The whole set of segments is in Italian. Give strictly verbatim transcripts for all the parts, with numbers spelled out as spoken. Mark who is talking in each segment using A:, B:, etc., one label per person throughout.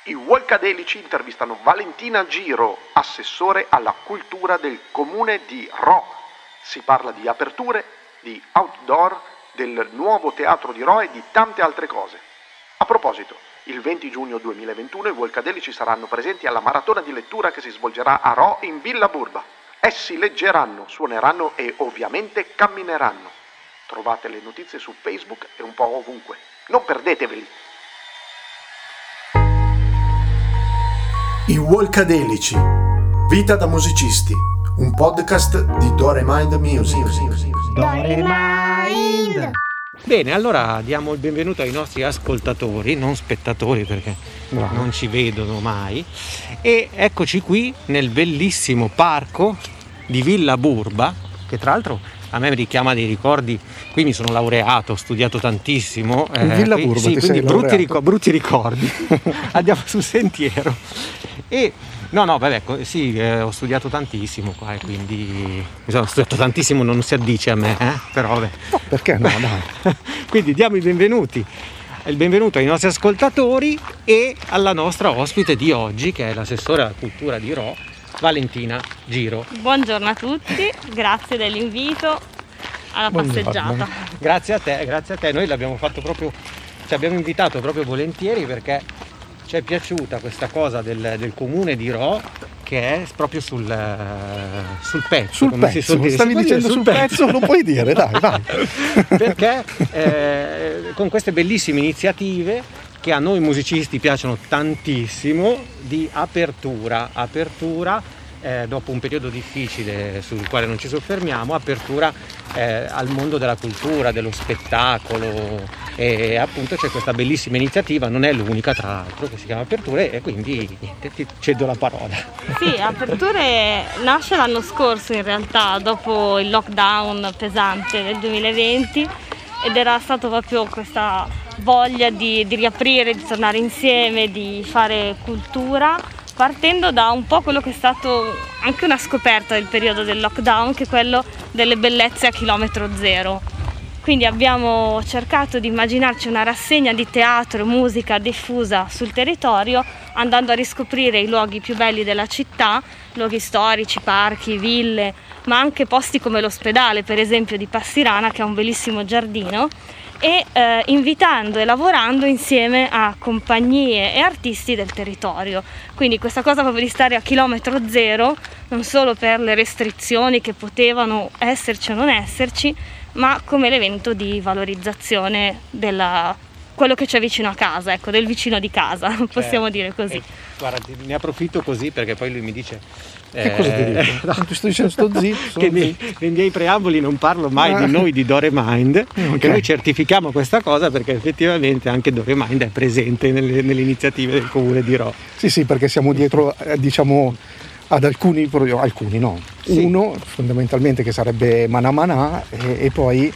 A: I Walkadelici intervistano Valentina Giro, assessore alla cultura del comune di Rho. Si parla di aperture, di outdoor, del nuovo teatro di Rho e di tante altre cose. A proposito, il venti giugno duemilaventuno i Walkadelici saranno presenti alla maratona di lettura che si svolgerà a Rho in Villa Burba. Essi leggeranno, suoneranno e ovviamente cammineranno. Trovate le notizie su Facebook e un po' ovunque. Non perdeteveli!
B: I Walkadelici, vita da musicisti, un podcast di Doremind Music.
C: Doremind! Bene, allora diamo il benvenuto ai nostri ascoltatori, non spettatori perché Bravo. non ci vedono mai. E eccoci qui nel bellissimo parco di Villa Burba, che tra l'altro a me mi richiama dei ricordi. Qui mi sono laureato, ho studiato tantissimo.
B: In eh, Villa Burba,
C: sì, quindi brutti, ricor- brutti ricordi. Andiamo sul sentiero. E no, no, vabbè, sì, eh, ho studiato tantissimo qua e quindi mi ho studiato tantissimo, non si addice a me, eh? Però vabbè.
B: No, perché no, dai.
C: Quindi diamo i benvenuti. Il benvenuto ai nostri ascoltatori e alla nostra ospite di oggi, che è l'assessore alla cultura di Rho, Valentina Giro.
D: Buongiorno a tutti, grazie dell'invito alla
B: Buongiorno.
D: passeggiata.
C: Grazie a te, grazie a te. Noi l'abbiamo fatto proprio, ci abbiamo invitato proprio volentieri perché ci è piaciuta questa cosa del, del comune di Rho, che è proprio sul, sul pezzo.
B: Sul
C: come
B: pezzo,
C: si suol dire.
B: stavi
C: Si
B: dicendo
C: sul
B: sul pezzo, pezzo, lo puoi dire, dai, vai.
C: Perché eh, con queste bellissime iniziative che a noi musicisti piacciono tantissimo, di apertura, apertura eh, dopo un periodo difficile sul quale non ci soffermiamo, apertura eh, al mondo della cultura, dello spettacolo, e appunto c'è questa bellissima iniziativa, non è l'unica tra l'altro, che si chiama Aperture, e quindi niente, ti cedo la parola.
D: Sì, Aperture nasce l'anno scorso in realtà, dopo il lockdown pesante del duemilaventi, ed era stato proprio questa voglia di, di riaprire, di tornare insieme, di fare cultura, partendo da un po' quello che è stato anche una scoperta del periodo del lockdown, che è quello delle bellezze a chilometro zero. Quindi abbiamo cercato di immaginarci una rassegna di teatro e musica diffusa sul territorio, andando a riscoprire i luoghi più belli della città, luoghi storici, parchi, ville, ma anche posti come l'ospedale, per esempio, di Passirana, che ha un bellissimo giardino, e eh, invitando e lavorando insieme a compagnie e artisti del territorio. Quindi questa cosa proprio di stare a chilometro zero, non solo per le restrizioni che potevano esserci o non esserci, ma come l'evento di valorizzazione della quello che c'è vicino a casa, ecco, del vicino di casa, possiamo eh, dire così.
C: Eh, guarda, ne approfitto così perché poi lui mi dice
B: che eh, cosa ti dico? No, ti sto dicendo sto zitto,
C: che nei, nei miei preamboli non parlo mai ah. di noi di Doremind, okay. Che noi certifichiamo questa cosa perché effettivamente anche Doremind è presente nelle, nelle iniziative del comune di Rho.
B: Sì, sì, perché siamo dietro, eh, diciamo, ad alcuni, alcuni no, sì. Uno fondamentalmente che sarebbe Manà Manà e, e poi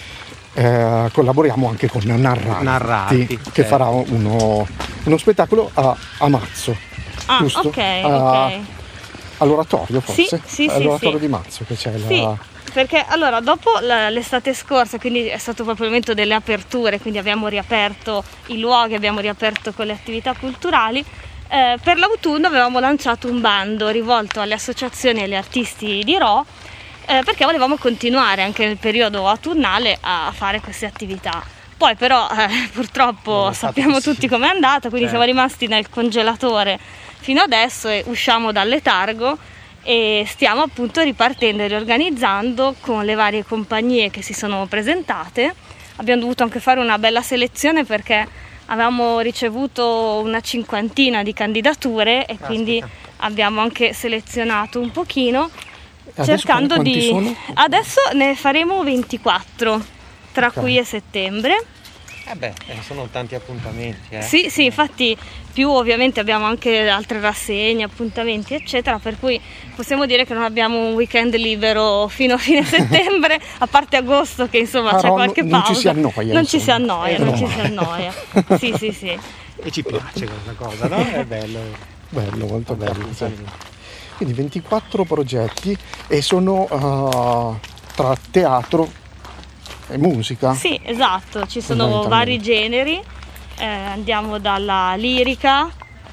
B: eh, collaboriamo anche con Narrati,
C: Narrati
B: che
C: certo.
B: farà uno, uno spettacolo a, a Mazzo,
D: ah,
B: giusto?
D: Ok,
B: a,
D: ok.
B: All'oratorio forse?
D: Sì, sì,
B: all'oratorio
D: sì,
B: di Mazzo che c'è
D: sì.
B: la...
D: Perché allora dopo la, l'estate scorsa, quindi è stato proprio il momento delle aperture, quindi abbiamo riaperto i luoghi, abbiamo riaperto con le attività culturali. Eh, per l'autunno avevamo lanciato un bando rivolto alle associazioni e agli artisti di Rho, eh, perché volevamo continuare anche nel periodo autunnale a fare queste attività. Poi però eh, purtroppo sappiamo così. Tutti com'è andata, quindi eh. siamo rimasti nel congelatore fino adesso e usciamo dal letargo e stiamo appunto ripartendo e riorganizzando con le varie compagnie che si sono presentate. Abbiamo dovuto anche fare una bella selezione perché avevamo ricevuto una cinquantina di candidature e quindi abbiamo anche selezionato un pochino,
B: adesso
D: cercando di...
B: Sono?
D: Adesso ne faremo ventiquattro, tra okay. qui e settembre.
C: Eh beh, sono tanti appuntamenti. Eh.
D: Sì, sì, infatti più ovviamente abbiamo anche altre rassegne, appuntamenti eccetera, per cui possiamo dire che non abbiamo un weekend libero fino a fine settembre, a parte agosto che insomma
B: Però
D: c'è qualche
B: non
D: pausa.
B: Non ci si annoia.
D: Non ci si annoia,
B: eh,
D: non
B: no.
D: ci si annoia. Sì, sì, sì.
C: E ci piace questa cosa, no? È bello.
B: Bello, molto bello. Sì. Quindi ventiquattro progetti e sono uh, tra teatro e musica?
D: Sì, esatto, ci sono vari generi, eh, andiamo dalla lirica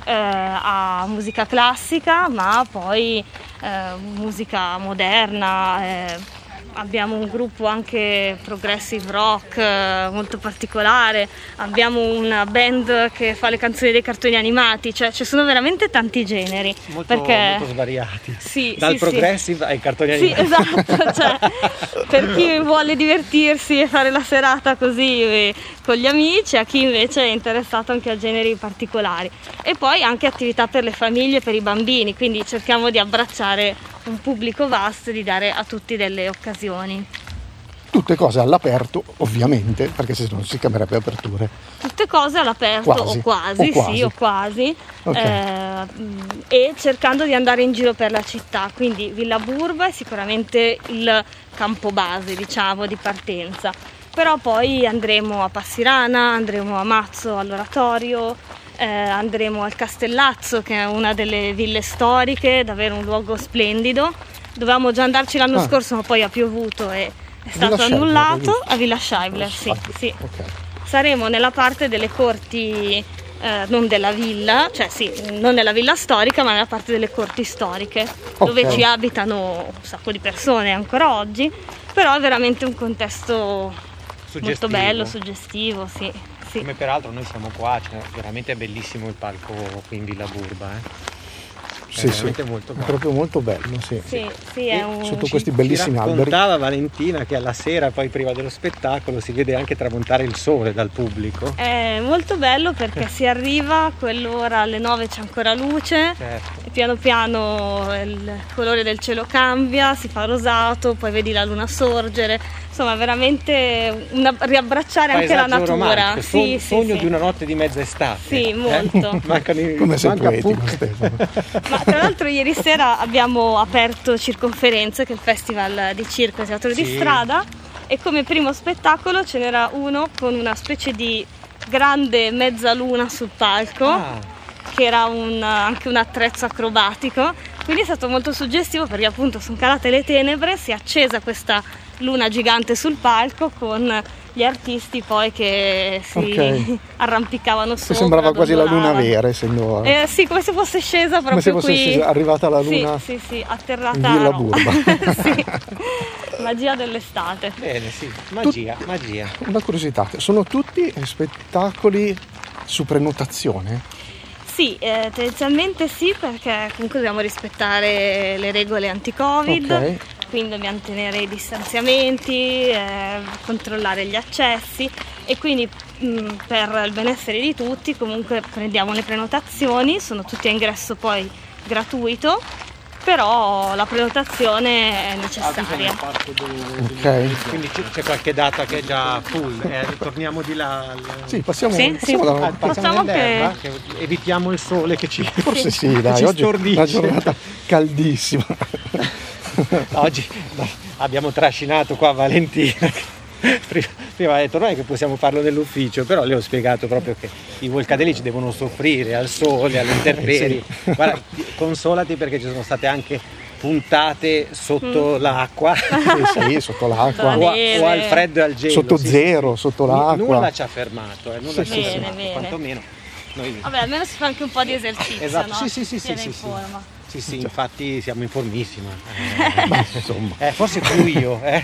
D: eh, a musica classica, ma poi eh, musica moderna. Eh, Abbiamo un gruppo anche progressive rock eh, molto particolare, abbiamo una band che fa le canzoni dei cartoni animati, cioè ci sono veramente tanti generi.
C: Molto,
D: perché...
C: molto svariati,
D: sì,
C: dal
D: sì,
C: progressive
D: sì.
C: ai cartoni
D: sì,
C: animati.
D: Sì, esatto, cioè, per chi vuole divertirsi e fare la serata così eh, con gli amici, a chi invece è interessato anche a generi particolari. E poi anche attività per le famiglie e per i bambini, quindi cerchiamo di abbracciare un pubblico vasto e di dare a tutti delle occasioni.
B: Tutte cose all'aperto, ovviamente, perché se no si chiamerebbe aperture.
D: Tutte cose all'aperto
B: Quasi.
D: o quasi,
B: O quasi.
D: sì, o quasi,
B: Okay.
D: eh, e cercando di andare in giro per la città, quindi Villa Burba è sicuramente il campo base, diciamo, di partenza, però poi andremo a Passirana, andremo a Mazzo all'Oratorio, eh, andremo al Castellazzo, che è una delle ville storiche, davvero un luogo splendido. Dovevamo già andarci l'anno
B: Ah.
D: scorso, ma poi ha piovuto e è
B: Villa
D: stato
B: Scheibler,
D: annullato.
B: giusto?
D: A Villa Scheibler, sì, sì.
B: Ok.
D: Saremo nella parte delle corti, eh, non della villa, cioè sì, non nella villa storica, ma nella parte delle corti storiche, dove
B: Ok.
D: ci abitano un sacco di persone ancora oggi, però è veramente un contesto molto
C: Suggestivo.
D: bello, suggestivo, sì, sì.
C: Come peraltro noi siamo qua, cioè, veramente è bellissimo il palco qui in Villa Burba, eh. È
B: Sì, sì,
C: veramente molto
B: è
C: bello.
B: proprio molto bello, sì.
D: Sì, sì, è un...
B: Sotto
C: Ci-
B: questi bellissimi
C: ci
B: alberi.
C: raccontava Valentina che alla sera, poi prima dello spettacolo, si vede anche tramontare il sole dal pubblico.
D: È molto bello perché si arriva a quell'ora, alle nove c'è ancora luce,
C: Certo.
D: e piano piano il colore del cielo cambia, si fa rosato, poi vedi la luna sorgere, insomma veramente una, riabbracciare anche la
C: Paesaggio
D: natura.
C: romantico,
D: Sì,
C: sogno,
D: sì,
C: sogno
D: sì.
C: di una notte di mezza estate.
D: Sì, molto.
C: Eh? Mancano i,
B: Come sei
C: manca
B: poetico,
C: Puck.
B: Stefano.
D: Ma tra l'altro ieri sera abbiamo aperto Circonferenze, che è il festival di circo e teatro di
C: Sì.
D: strada, e come primo spettacolo ce n'era uno con una specie di grande mezzaluna sul palco,
C: Ah,
D: che era un, anche un attrezzo acrobatico, quindi è stato molto suggestivo perché appunto sono calate le tenebre, si è accesa questa luna gigante sul palco con gli artisti poi che si
B: Ok.
D: arrampicavano
B: Che
D: sopra,
B: sembrava quasi la luna
D: dondolavano.
B: vera, essendo
D: Eh, sì, come se fosse scesa proprio
B: come se fosse
D: qui.
B: scesa- arrivata la luna
D: Sì, sì, sì, atterrata
B: in Villa
D: no.
B: Burba.
D: Sì. Magia dell'estate.
C: bene, sì, magia, magia.
B: Una curiosità, sono tutti spettacoli su prenotazione?
D: Sì, eh, tendenzialmente sì, perché comunque dobbiamo rispettare le regole anti-Covid,
B: Ok.
D: quindi dobbiamo tenere i distanziamenti, eh, controllare gli accessi, e quindi mh, per il benessere di tutti comunque prendiamo le prenotazioni, sono tutti a ingresso poi gratuito, però la prenotazione è necessaria.
B: Ok.
C: Quindi c'è c'è qualche data che è già full, eh, torniamo di là. al-
B: Sì, passiamo,
D: Sì,
B: passiamo
D: sì.
B: da-
C: Ah, passiamo
D: Facciamo
C: nell'erba,
D: che-
C: che evitiamo il sole che ci
B: Forse sì, dai,
C: ci
B: oggi è una
C: stordisce.
B: giornata caldissima.
C: Oggi no, abbiamo trascinato qua Valentina. Prima, prima ha detto non è che possiamo farlo nell'ufficio, però le ho spiegato proprio che i volcadelici devono soffrire al sole, alle intemperie. Guarda, consolati perché ci sono state anche puntate sotto l'acqua
B: Sì, sì, sotto l'acqua,
D: Va
C: o, a-
D: bene.
C: o al freddo e al gelo.
B: sotto
C: sì, sì,
B: zero,
C: sì.
B: sotto
C: N-
B: l'acqua.
C: Nulla ci ha fermato, eh, nulla
B: Sì,
C: ci ha
B: sì,
D: sì.
C: fermato,
D: Bene, bene.
C: quantomeno noi.
D: Vabbè, almeno si fa anche un po' di esercizio,
C: Esatto,
D: no?
C: sì, sì, sì, sì,
D: Tiene
C: sì,
D: in
C: sì.
D: forma.
C: Sì, sì, infatti siamo in formissima.
B: Beh, insomma.
C: Eh, forse più io, eh.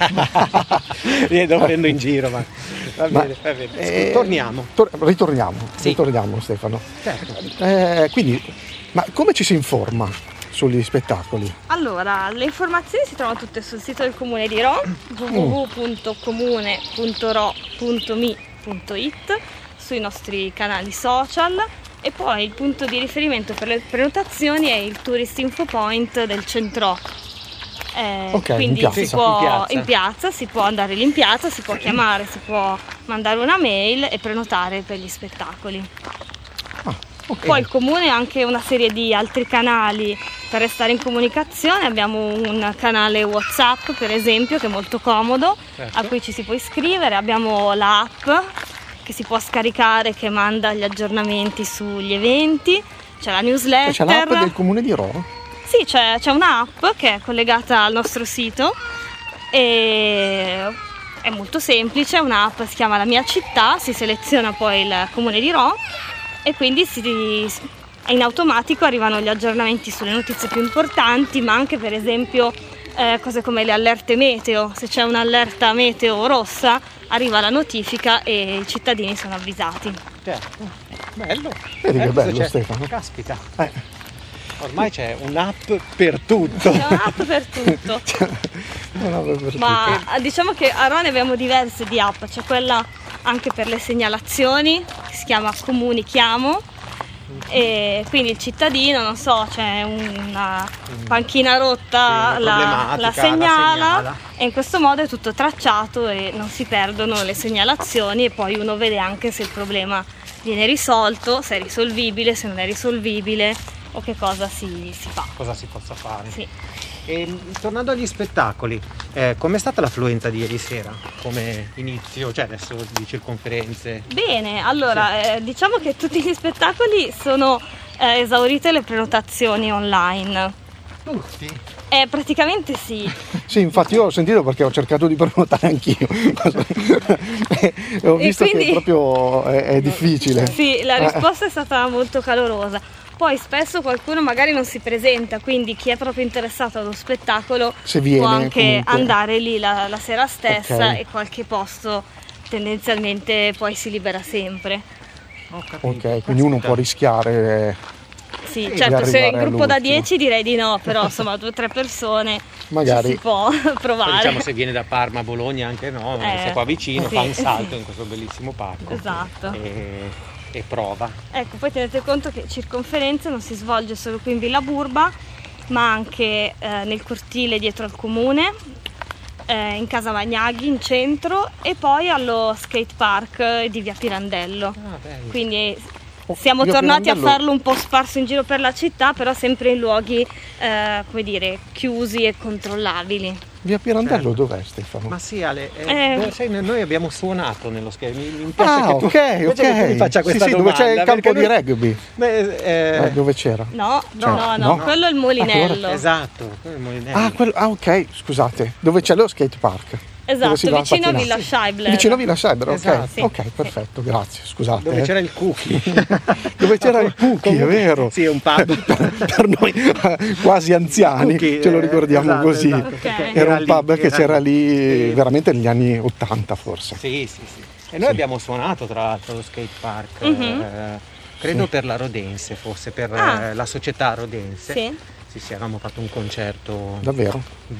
C: Lo prendo in giro, ma va
B: Ma,
C: bene, va bene.
B: eh,
C: Torniamo.
B: tor- ritorniamo,
C: Sì.
B: ritorniamo Stefano.
C: Certo.
B: Eh, quindi, ma come ci si informa sugli spettacoli?
D: Allora, le informazioni si trovano tutte sul sito del Comune di Ro, w w w punto comune punto ro punto mi punto it, sui nostri canali social, e poi il punto di riferimento per le prenotazioni è il Tourist Info Point del Centro. Eh,
B: Ok,
D: quindi
B: in
D: si
B: piazza.
D: può
C: In piazza.
D: in piazza, si può andare lì in piazza, si può chiamare, si può mandare una mail e prenotare per gli spettacoli.
B: Ah, ok.
D: Poi il comune ha anche una serie di altri canali per restare in comunicazione. Abbiamo un canale WhatsApp, per esempio, che è molto comodo,
C: Certo.
D: a cui ci si può iscrivere. Abbiamo l'app che si può scaricare, che manda gli aggiornamenti sugli eventi. C'è la newsletter.
B: C'è l'app del comune di Ro?
D: Sì, c'è, c'è un'app che è collegata al nostro sito e è molto semplice, è un'app, si chiama La Mia Città, si seleziona poi il comune di Ro e quindi si, in automatico arrivano gli aggiornamenti sulle notizie più importanti, ma anche per esempio eh, cose come le allerte meteo. Se c'è un'allerta meteo rossa arriva la notifica e i cittadini sono avvisati.
C: Certo, bello.
B: Vedi che
C: Eh,
B: bello,
C: c'è?
B: Stefano.
C: Caspita,
B: Eh.
C: ormai c'è un'app per tutto.
D: C'è un'app per tutto.
B: Non avevo per
D: Ma diciamo che a Rho ne abbiamo diverse di app, c'è quella anche per le segnalazioni, che si chiama Comunichiamo, e quindi il cittadino, non so, c'è una panchina rotta,
C: Sì, una
D: la,
C: problematica,
D: la segnala,
C: la segnala.
D: e in questo modo è tutto tracciato e non si perdono le segnalazioni, e poi uno vede anche se il problema viene risolto, se è risolvibile, se non è risolvibile o che cosa si, si fa.
C: Cosa si possa fare?
D: Sì.
C: E, tornando agli spettacoli, eh, com'è stata l'affluenza di ieri sera come inizio, cioè adesso di circonferenze?
D: Bene, allora eh, diciamo che tutti gli spettacoli sono eh, esaurite le prenotazioni online.
C: Tutti?
D: Eh, praticamente sì.
B: Sì, infatti io ho sentito perché ho cercato di prenotare anch'io. E ho
D: E
B: visto
D: quindi-
B: che proprio è, è difficile.
D: Sì, la
B: Eh.
D: risposta è stata molto calorosa. Poi spesso qualcuno magari non si presenta, quindi chi è proprio interessato allo spettacolo
B: Se viene,
D: può anche
B: comunque.
D: andare lì la, la sera stessa,
B: Ok.
D: e qualche posto tendenzialmente poi si libera sempre.
C: Ho capito.
B: Ok, quindi uno può rischiare.
D: Sì,
C: Sì,
D: certo,
B: di
D: se in
B: arrivare
D: gruppo da
B: all'ultimo.
D: dieci direi di no, però insomma due o tre persone
B: Magari.
D: ci si può
C: Poi,
D: provare.
C: diciamo se viene da Parma a Bologna anche no,
D: Eh,
C: se qua vicino
D: sì,
C: fa un salto
D: sì.
C: in questo bellissimo parco.
D: Esatto.
C: E, e prova.
D: Ecco, poi tenete conto che Circonferenze non si svolge solo qui in Villa Burba, ma anche eh, nel cortile dietro al comune, eh, in Casa Magnaghi in centro, e poi allo skate park di Via Pirandello.
C: Ah, bello.
D: Quindi siamo
B: Via
D: tornati
B: Pirandello-
D: a farlo un po' sparso in giro per la città, però sempre in luoghi eh, come dire, chiusi e controllabili.
B: Via Pirandello
C: Certo.
B: dov'è, Stefano?
C: Ma sì Ale, eh,
D: Eh.
C: beh, sai, noi abbiamo suonato nello schermo, mi, mi piace
B: Ah,
C: che tu,
B: ok,
C: piace
B: ok.
C: che tu mi faccia
B: Sì,
C: questa
B: sì, dove
C: domanda,
B: c'è il campo
C: perché
B: di
C: noi-
B: rugby.
C: Beh, eh,
B: Eh, dove c'era?
D: No,
B: Cioè,
D: no, no,
B: no?
D: quello è il Molinello.
C: esatto, quello è il Molinello.
B: Ah, quello- ah, ok, scusate. Dove c'è lo skate park?
D: Esatto,
B: Dove si va a
D: vicino a
B: pattinare.
D: Villa Scheibler.
B: Vicino a Villa Scheibler, ok.
C: Esatto.
D: Sì.
B: Ok, perfetto, grazie. Scusate.
C: Dove
B: eh.
C: c'era il cookie.
B: Dove c'era il Cookie, è
C: Comunque,
B: vero.
C: Sì, è un pub.
B: per, per noi eh, quasi anziani
C: Cookie,
B: ce lo
C: eh,
B: ricordiamo
C: esatto,
B: così.
C: esatto,
D: Ok.
C: perché
B: Era un
C: lì,
B: pub che
C: era
B: c'era lì
C: Sì.
B: veramente negli anni ottanta forse.
C: Sì, sì, sì. E noi
B: Sì.
C: abbiamo suonato tra l'altro allo skate park,
D: Mhm.
C: eh, credo
B: Sì.
C: per la Rodense, forse per
D: Ah.
C: eh, la società Rodense.
D: Sì.
C: Sì, sì, avevamo fatto un concerto
B: Davvero?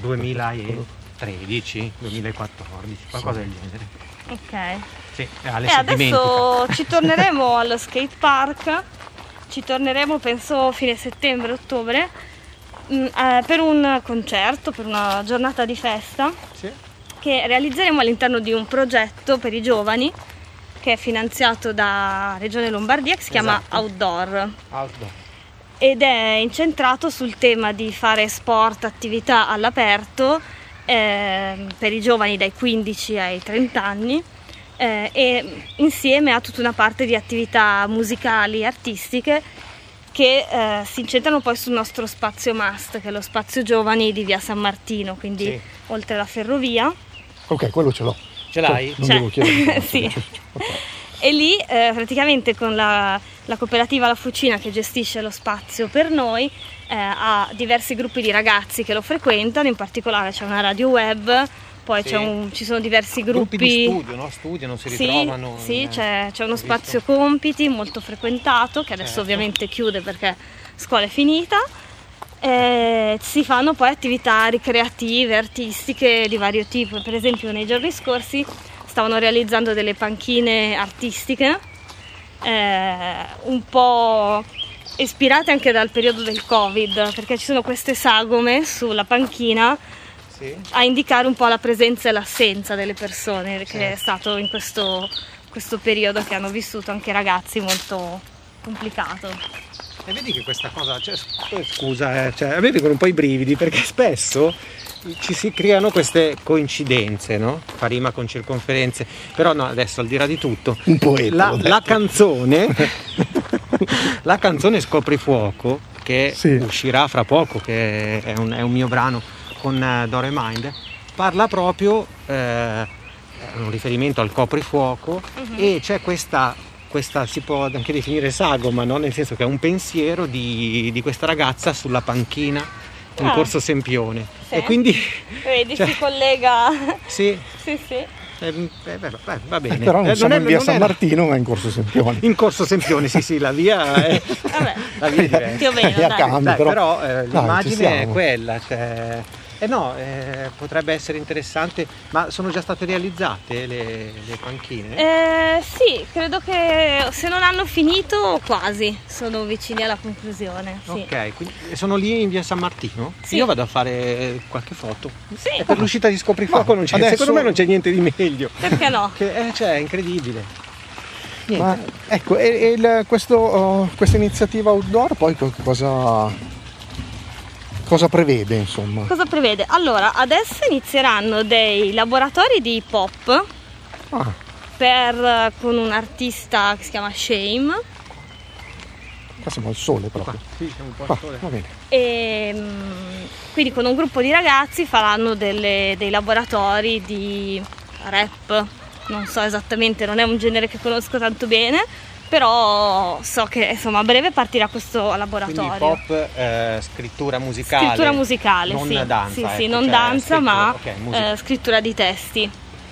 C: duemilatredici, duemilaquattordici, qualcosa del genere.
D: Ok.
C: Sì, Ale
D: E
C: si dimentica.
D: adesso ci torneremo allo skate park, ci torneremo penso fine settembre, ottobre, mh, eh, per un concerto, per una giornata di festa
C: Sì.
D: che realizzeremo all'interno di un progetto per i giovani che è finanziato da Regione Lombardia, che si chiama
C: Esatto.
D: Outdoor,
C: Outdoor.
D: ed è incentrato sul tema di fare sport, attività all'aperto ehm, per i giovani dai quindici ai trenta anni, eh, e insieme a tutta una parte di attività musicali e artistiche che eh, si incentrano poi sul nostro spazio must, che è lo spazio giovani di via San Martino, quindi
C: Sì.
D: oltre la ferrovia.
B: Ok, quello ce l'ho.
C: Ce l'hai?
B: Non
D: C'è.
B: devo chiedere.
D: Sì.
B: Ok.
D: E lì eh, praticamente con la, la cooperativa La Fucina, che gestisce lo spazio per noi, eh, ha diversi gruppi di ragazzi che lo frequentano, in particolare c'è una radio web, poi
C: Sì.
D: c'è un- ci sono diversi gruppi,
C: Gruppi di studio, no? Studiano, si
D: Sì,
C: ritrovano.
D: sì,
C: in-
D: c'è, c'è uno
C: ho
D: spazio
C: visto.
D: compiti molto frequentato, che adesso
C: Certo.
D: ovviamente chiude perché scuola è finita. Eh, si fanno poi attività ricreative, artistiche di vario tipo. Per esempio nei giorni scorsi stavano realizzando delle panchine artistiche, eh, un po' ispirate anche dal periodo del Covid, perché ci sono queste sagome sulla panchina
C: Sì.
D: a indicare un po' la presenza e l'assenza delle persone, che
C: Certo.
D: è stato in questo, questo periodo che hanno vissuto anche ragazzi molto complicato.
C: E vedi che questa cosa, cioè, scusa, eh, cioè, vedi con un po' i brividi, perché spesso ci si creano queste coincidenze, no? Fa rima con circonferenze, però no, adesso al di là di tutto,
B: Un poeta.
C: la,
B: l'ho detto.
C: la canzone, la canzone Scoprifuoco, che
B: Sì.
C: uscirà fra poco, che è un, è un mio brano con eh, Dore Mind, parla proprio, eh, è un riferimento al coprifuoco,
D: Mhm.
C: e c'è questa questa, si può anche definire sagoma, no? Nel senso che è un pensiero di, di questa ragazza sulla panchina in
D: Ah.
C: Corso Sempione.
D: Sì.
C: E quindi
D: Vedi,
C: cioè,
D: si collega.
C: sì,
D: Sì, sì.
C: eh, eh, beh, beh, va bene.
B: Eh, però non
C: Eh,
B: siamo
C: è-
B: in via
C: non
B: San
C: è-
B: Martino, ma in Corso Sempione.
C: In Corso Sempione, sì, sì, la via è,
D: Vabbè,
C: la via è diversa.
D: più o meno,
B: È a
D: dai.
B: cambio,
C: Dai,
B: però,
C: però, eh,
B: dai, ci
C: l'immagine è
B: siamo.
C: quella, cioè, eh no, eh, potrebbe essere interessante, ma sono già state realizzate le, le panchine?
D: Eh, sì, credo che se non hanno finito, quasi sono vicini alla conclusione. Sì.
C: Ok, quindi sono lì in via San Martino?
D: Sì.
C: Io vado a fare qualche foto.
D: Sì,
C: E per l'uscita di Scoprifuoco
B: Ma
C: non c'è,
B: adesso-
C: secondo me non c'è niente di meglio.
D: perché no?
C: Che, eh, cioè, è incredibile. Niente.
B: Ma ecco, e, e il- questo, oh, questa iniziativa outdoor poi co- cosa, cosa prevede, insomma?
D: Cosa prevede? Allora, adesso inizieranno dei laboratori di hip hop
B: Ah,
D: per, con un artista che si chiama Shame.
B: qua siamo al sole
C: Qua,
B: proprio.
C: sì, siamo un po'
B: Qua,
C: al sole.
B: va bene.
D: E mm, quindi con un gruppo di ragazzi faranno delle- dei laboratori di rap. Non so esattamente, non è un genere che conosco tanto bene, però so che insomma a breve partirà questo
C: Quindi
D: laboratorio.
C: hip hop, eh, scrittura musicale.
D: Scrittura musicale,
C: non
D: sì.
C: danza.
D: Sì,
C: ecco,
D: sì, non
C: cioè
D: danza,
C: scrittura-
D: ma
C: ok, musica.
D: eh, scrittura di testi.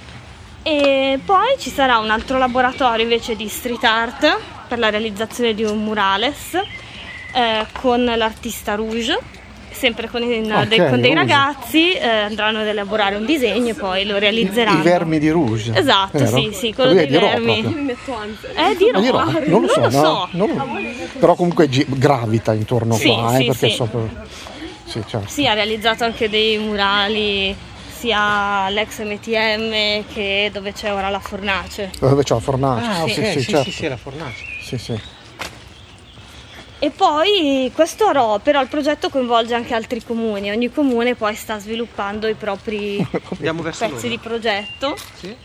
D: E poi ci sarà un altro laboratorio invece di street art per la realizzazione di un murales eh, con l'artista Rouge. Sempre con, in-
B: Ok,
D: dei, con dei
B: Rouge.
D: ragazzi eh, andranno ad elaborare un disegno e poi lo realizzeranno.
B: I vermi di Rouge.
D: Esatto,
B: vero?
D: sì, sì, quello
B: Lui è
D: dei
B: di Rho
D: vermi.
B: proprio.
D: È di
B: È di
D: Rho?
B: Rho? Non lo so,
D: lo
B: no?
D: so.
B: Non lo- Però comunque gi- gravita intorno
D: Sì,
B: qua, eh,
D: sì,
B: perché
D: sì.
B: so che- sì, certo.
D: Sì, ha realizzato anche dei murali sia all'ex M T M che dove c'è ora la fornace.
B: Dove c'è la fornace?
C: Ah, ok,
B: sì,
C: sì,
B: sì,
C: sì,
B: certo.
C: sì, la fornace.
B: Sì, sì.
D: E poi questo Rho, però il progetto coinvolge anche altri comuni, ogni comune poi sta sviluppando i propri
C: Andiamo verso
D: pezzi di
C: loro.
D: progetto
C: Sì.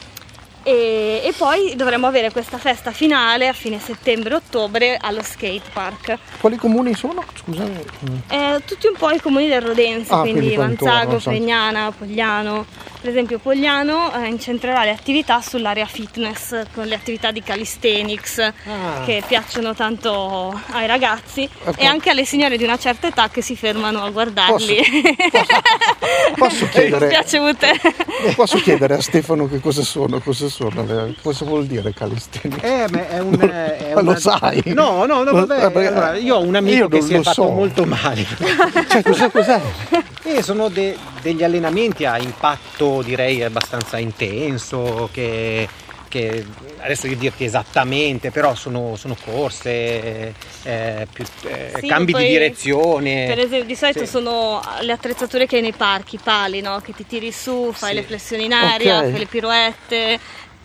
D: e, e poi dovremo avere questa festa finale a fine settembre-ottobre allo skate park.
B: Quali comuni sono? Scusami.
D: Eh, tutti un po' i comuni del Rodense,
B: Ah,
D: quindi
B: quindi qua intorno,
D: Vanzago,
B: sì.
D: Pregnana, Pogliano. Per esempio Pogliano eh, incentrerà le attività sull'area fitness con le attività di calisthenics
C: Ah.
D: che piacciono tanto ai ragazzi
B: Ecco.
D: e anche alle signore di una certa età che si fermano a guardarli.
B: Posso chiedere,
D: Piaciute.
B: posso chiedere a Stefano che cosa sono? Cosa sono? le- Cosa vuol dire calisthenics?
C: Eh, ma è un. È
B: Ma lo
C: una-
B: sai?
C: No, no, no,
B: Lo-
C: vabbè.
B: vabbè,
C: allora, io ho un amico
B: io
C: che
B: non
C: si è
B: lo
C: fatto
B: so.
C: molto male.
B: Cioè, cos'è, cos'è?
C: E sono de- degli allenamenti a impatto direi abbastanza intenso che, che adesso io dirti esattamente, però sono, sono corse, eh, più, eh,
D: Sì,
C: cambi
D: poi,
C: di direzione.
D: Per esempio, di solito
C: Sì.
D: sono le attrezzature che hai nei parchi, i pali, no? Che ti tiri su, fai
C: Sì.
D: le flessioni in aria,
B: Ok.
D: fai le piroette,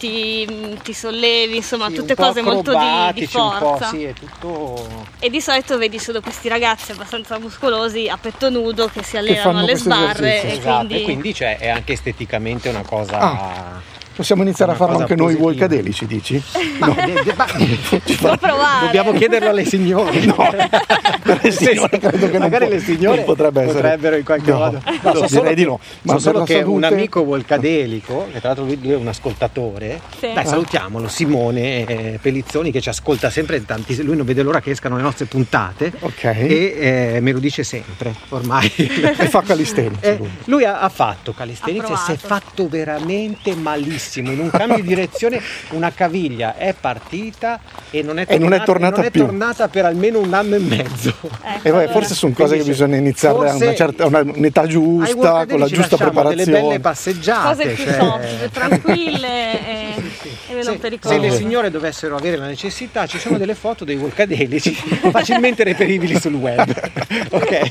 D: ti, ti sollevi, insomma,
C: Sì,
D: tutte
C: un po'
D: cose molto di, di
C: acrobatici, un po',
D: forza.
C: sì, è tutto.
D: E di solito vedi solo questi ragazzi abbastanza muscolosi a petto nudo che si allenano
B: fanno
D: alle
B: questi
D: sbarre
B: esercizi.
D: e
C: Esatto,
D: quindi,
C: e quindi cioè, è anche esteticamente una cosa.
B: Ah. Possiamo iniziare a
C: Una
B: farlo
C: cosa
B: anche noi
C: positiva.
B: volcadelici, dici?
C: Ma, de- de- ma-
D: può provare.
C: dobbiamo chiederlo alle signore. No,
B: Per le signore credo che non
C: magari
B: può-
C: le signore
B: non potrebbe essere.
C: potrebbero in qualche
B: No,
C: modo.
B: no,
C: so
B: direi
C: solo
B: di no.
C: che-
B: Ma
C: so solo
B: per
C: che
B: la
C: un
B: salute-
C: amico volcadelico, che tra l'altro lui, lui è un ascoltatore,
D: Sì.
C: dai salutiamolo, Simone eh, Pellizzoni, che ci ascolta sempre tanti, lui non vede l'ora che escano le nostre puntate
B: Ok.
C: e eh, me lo dice sempre ormai.
B: E fa calisthenics.
C: Eh,
B: lui.
C: lui ha, ha fatto calisthenics
D: Ha
C: e si è
D: provato.
C: fatto veramente malissimo. In un cambio di direzione una caviglia è partita e non è
B: E non è tornata
C: non è
B: più.
C: tornata per almeno un anno e mezzo.
D: Ecco,
B: E vabbè,
D: allora.
B: forse sono cose che
C: Quindi
B: bisogna iniziare a
C: forse
B: una certa, a una- un'età
C: Ai
B: giusta,
C: workadelici
B: con la giusta
C: lasciamo
B: preparazione.
C: delle belle passeggiate.
D: Cose più
C: cioè-
D: soft, tranquille e, e meno
C: Se, se
D: pericolose.
C: le signore dovessero avere la necessità, ci sono delle foto dei volcadelici facilmente reperibili sul web. Ok,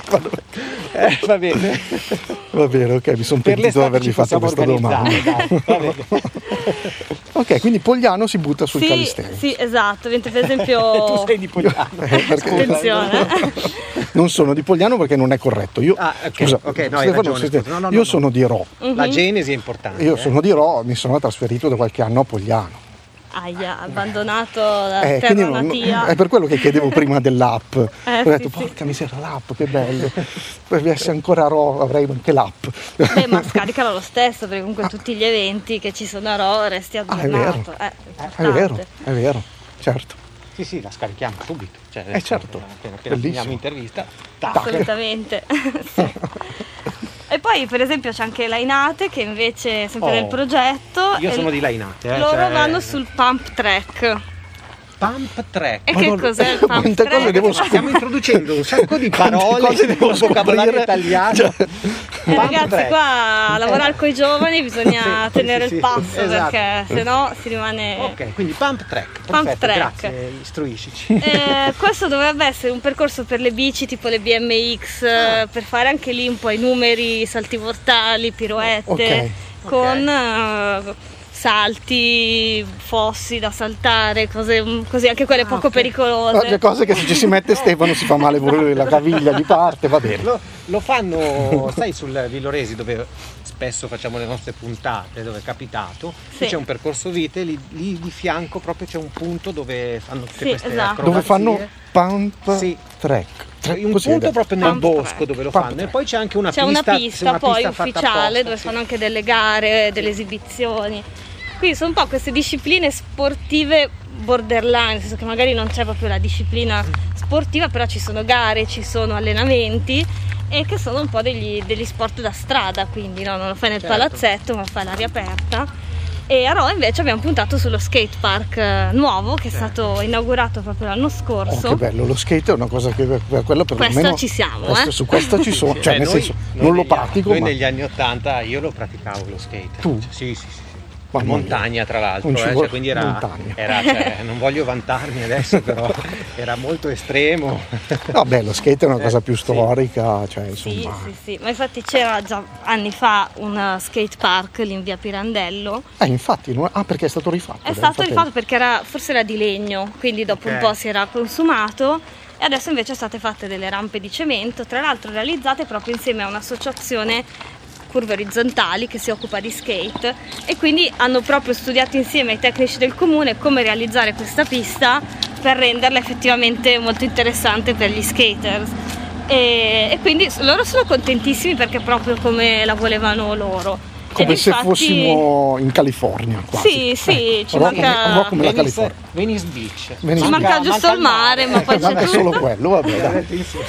C: eh, va bene.
B: Va bene, ok, mi sono
C: Per
B: pentito di
C: l'estate
B: avergli
C: ci
B: fatto
C: possiamo
B: questa domanda.
C: organizzare. Dai, va bene.
B: Ok, quindi Pogliano si butta sul
D: Sì,
B: calisthenics.
D: sì, esatto, mentre per esempio
C: Tu sei di Pogliano.
B: Eh, perché-
D: attenzione.
B: Non sono di Pogliano perché non è corretto. Io,
C: Ah, ok,
B: scusa,
C: ok, no, hai
B: Stefano,
C: ragione,
B: siete-
C: scusa. No, no,
B: io
C: no,
B: sono
C: no.
B: di Rho.
C: La genesi è importante.
B: Io
C: eh.
B: sono di Rho, mi sono trasferito da qualche anno a Pogliano.
D: Aia, abbandonato da
B: Eh,
D: terra
B: quindi non-
D: natia.
B: è per quello che chiedevo prima dell'app. Ho
D: sì,
B: detto,
D: sì.
B: porca miseria, l'app, che bello. Poi avessi ancora Rho, avrei anche l'app.
D: Beh, ma scaricalo lo stesso perché comunque tutti gli eventi che ci sono a Rho resti
B: Ah, è
D: aggiornato.
B: vero.
D: Eh,
B: È vero,
D: importante.
B: è vero. certo.
C: Sì, sì, la scarichiamo subito. Cioè,
B: Eh, certo.
C: Appena, appena finiamo l'intervista. tac.
D: Assolutamente. Sì. E poi per esempio c'è anche Lainate che invece è sempre
C: Oh,
D: nel progetto.
C: Io
D: e
C: sono di Lainate. Eh,
D: loro
C: cioè...
D: vanno sul pump track.
C: Pump track.
D: E
B: Ma
D: che
B: non-
D: cos'è il pump
B: quante
D: track?
B: cose devo
C: Ma stiamo introducendo un sacco di
B: Quante
C: parole,
B: cose devo
C: un vocabolario
B: scoprire?
C: italiano.
B: Cioè,
D: Eh,
C: Pump
D: ragazzi,
C: track.
D: qua a lavorare con i giovani bisogna
C: Sì,
D: tenere
C: sì,
D: il
C: sì,
D: passo
C: esatto.
D: perché sennò si rimane.
C: Ok, quindi pump track.
D: Pump
C: Perfetto,
D: track.
C: grazie, istruiscici.
D: Eh, questo dovrebbe essere un percorso per le bici tipo le B M X, eh, per fare anche lì un po' i numeri, salti mortali, piroette,
B: Ok.
D: con eh, salti, fossi da saltare, cose mm, così, anche quelle poco
B: le
D: pericolose.
B: cose che se ci si mette Stefano si fa male pure lui, la caviglia di parte, va bene.
C: Lo, lo fanno, sai, sul Villoresi dove spesso facciamo le nostre puntate, dove è capitato,
D: Sì.
C: c'è un percorso vite, lì, lì di fianco proprio c'è un punto dove fanno tutte
D: Sì,
C: queste
D: esatto.
B: Dove fanno
C: acrobazie.
B: pump
C: Sì.
B: track. Tra-
C: Un
B: così
C: punto
B: è detto.
C: proprio nel
D: Pump
C: bosco
D: track.
C: dove lo
B: Pump
C: fanno
B: track.
C: e poi c'è anche una
D: C'è
C: pista,
D: una pista
C: una
D: poi
C: pista fatta
D: ufficiale
C: apposta,
D: dove
C: sì.
D: fanno anche delle gare, delle esibizioni. Quindi sono un po' queste discipline sportive borderline, nel senso che magari non c'è proprio la disciplina sportiva, però ci sono gare, ci sono allenamenti e che sono un po' degli, degli sport da strada, quindi no, non lo fai nel
C: Certo.
D: palazzetto ma lo fai all'aria aperta. E a Rho invece abbiamo puntato sullo skate park eh, nuovo che è stato inaugurato proprio l'anno
B: Oh,
D: scorso.
B: che bello, lo skate è una cosa che per quello perlomeno
D: Questo ci siamo,
B: questo-
D: eh.
B: su questo ci sono, cioè
C: Beh,
B: nel
C: noi-
B: senso
C: noi
B: non lo
C: negli-
B: pratico,
C: Noi
B: ma
C: negli anni ottanta io lo praticavo lo skate.
B: Tu?
C: Sì, sì, sì. sì.
B: Mamma
C: In
B: mia.
C: montagna tra l'altro,
B: Non ci
C: eh,
B: vuole-
C: cioè, quindi era,
B: montagna.
C: era cioè, non voglio vantarmi adesso, però era molto estremo.
B: no, beh, lo skate è una
C: Eh,
B: cosa più
C: sì.
B: storica, cioè
D: Sì,
B: insomma.
D: sì, sì, ma infatti c'era già anni fa un uh, skate park lì in via Pirandello.
B: Eh, infatti, non- ah, perché è stato rifatto.
D: È
B: dai,
D: stato
B: infatti-
D: rifatto perché era, forse era di legno, quindi dopo
C: Ok.
D: un po' si era consumato e adesso invece sono state fatte delle rampe di cemento, tra l'altro realizzate proprio insieme a un'associazione curve orizzontali che si occupa di skate e quindi hanno proprio studiato insieme ai tecnici del comune come realizzare questa pista per renderla effettivamente molto interessante per gli skaters. E, e quindi loro sono contentissimi perché è proprio come la volevano loro.
B: Come
D: Ed
B: se
D: infatti-
B: fossimo in California quasi.
D: Sì, sì,
B: Eh,
D: ci
B: un po'
D: manca-
B: come- un po' come la
C: Venice,
B: California.
C: Venice Beach.
B: Venice
D: Ci manca giusto il mare, ma poi c'è
B: È
D: tutto.
B: solo quello, vabbè. dai.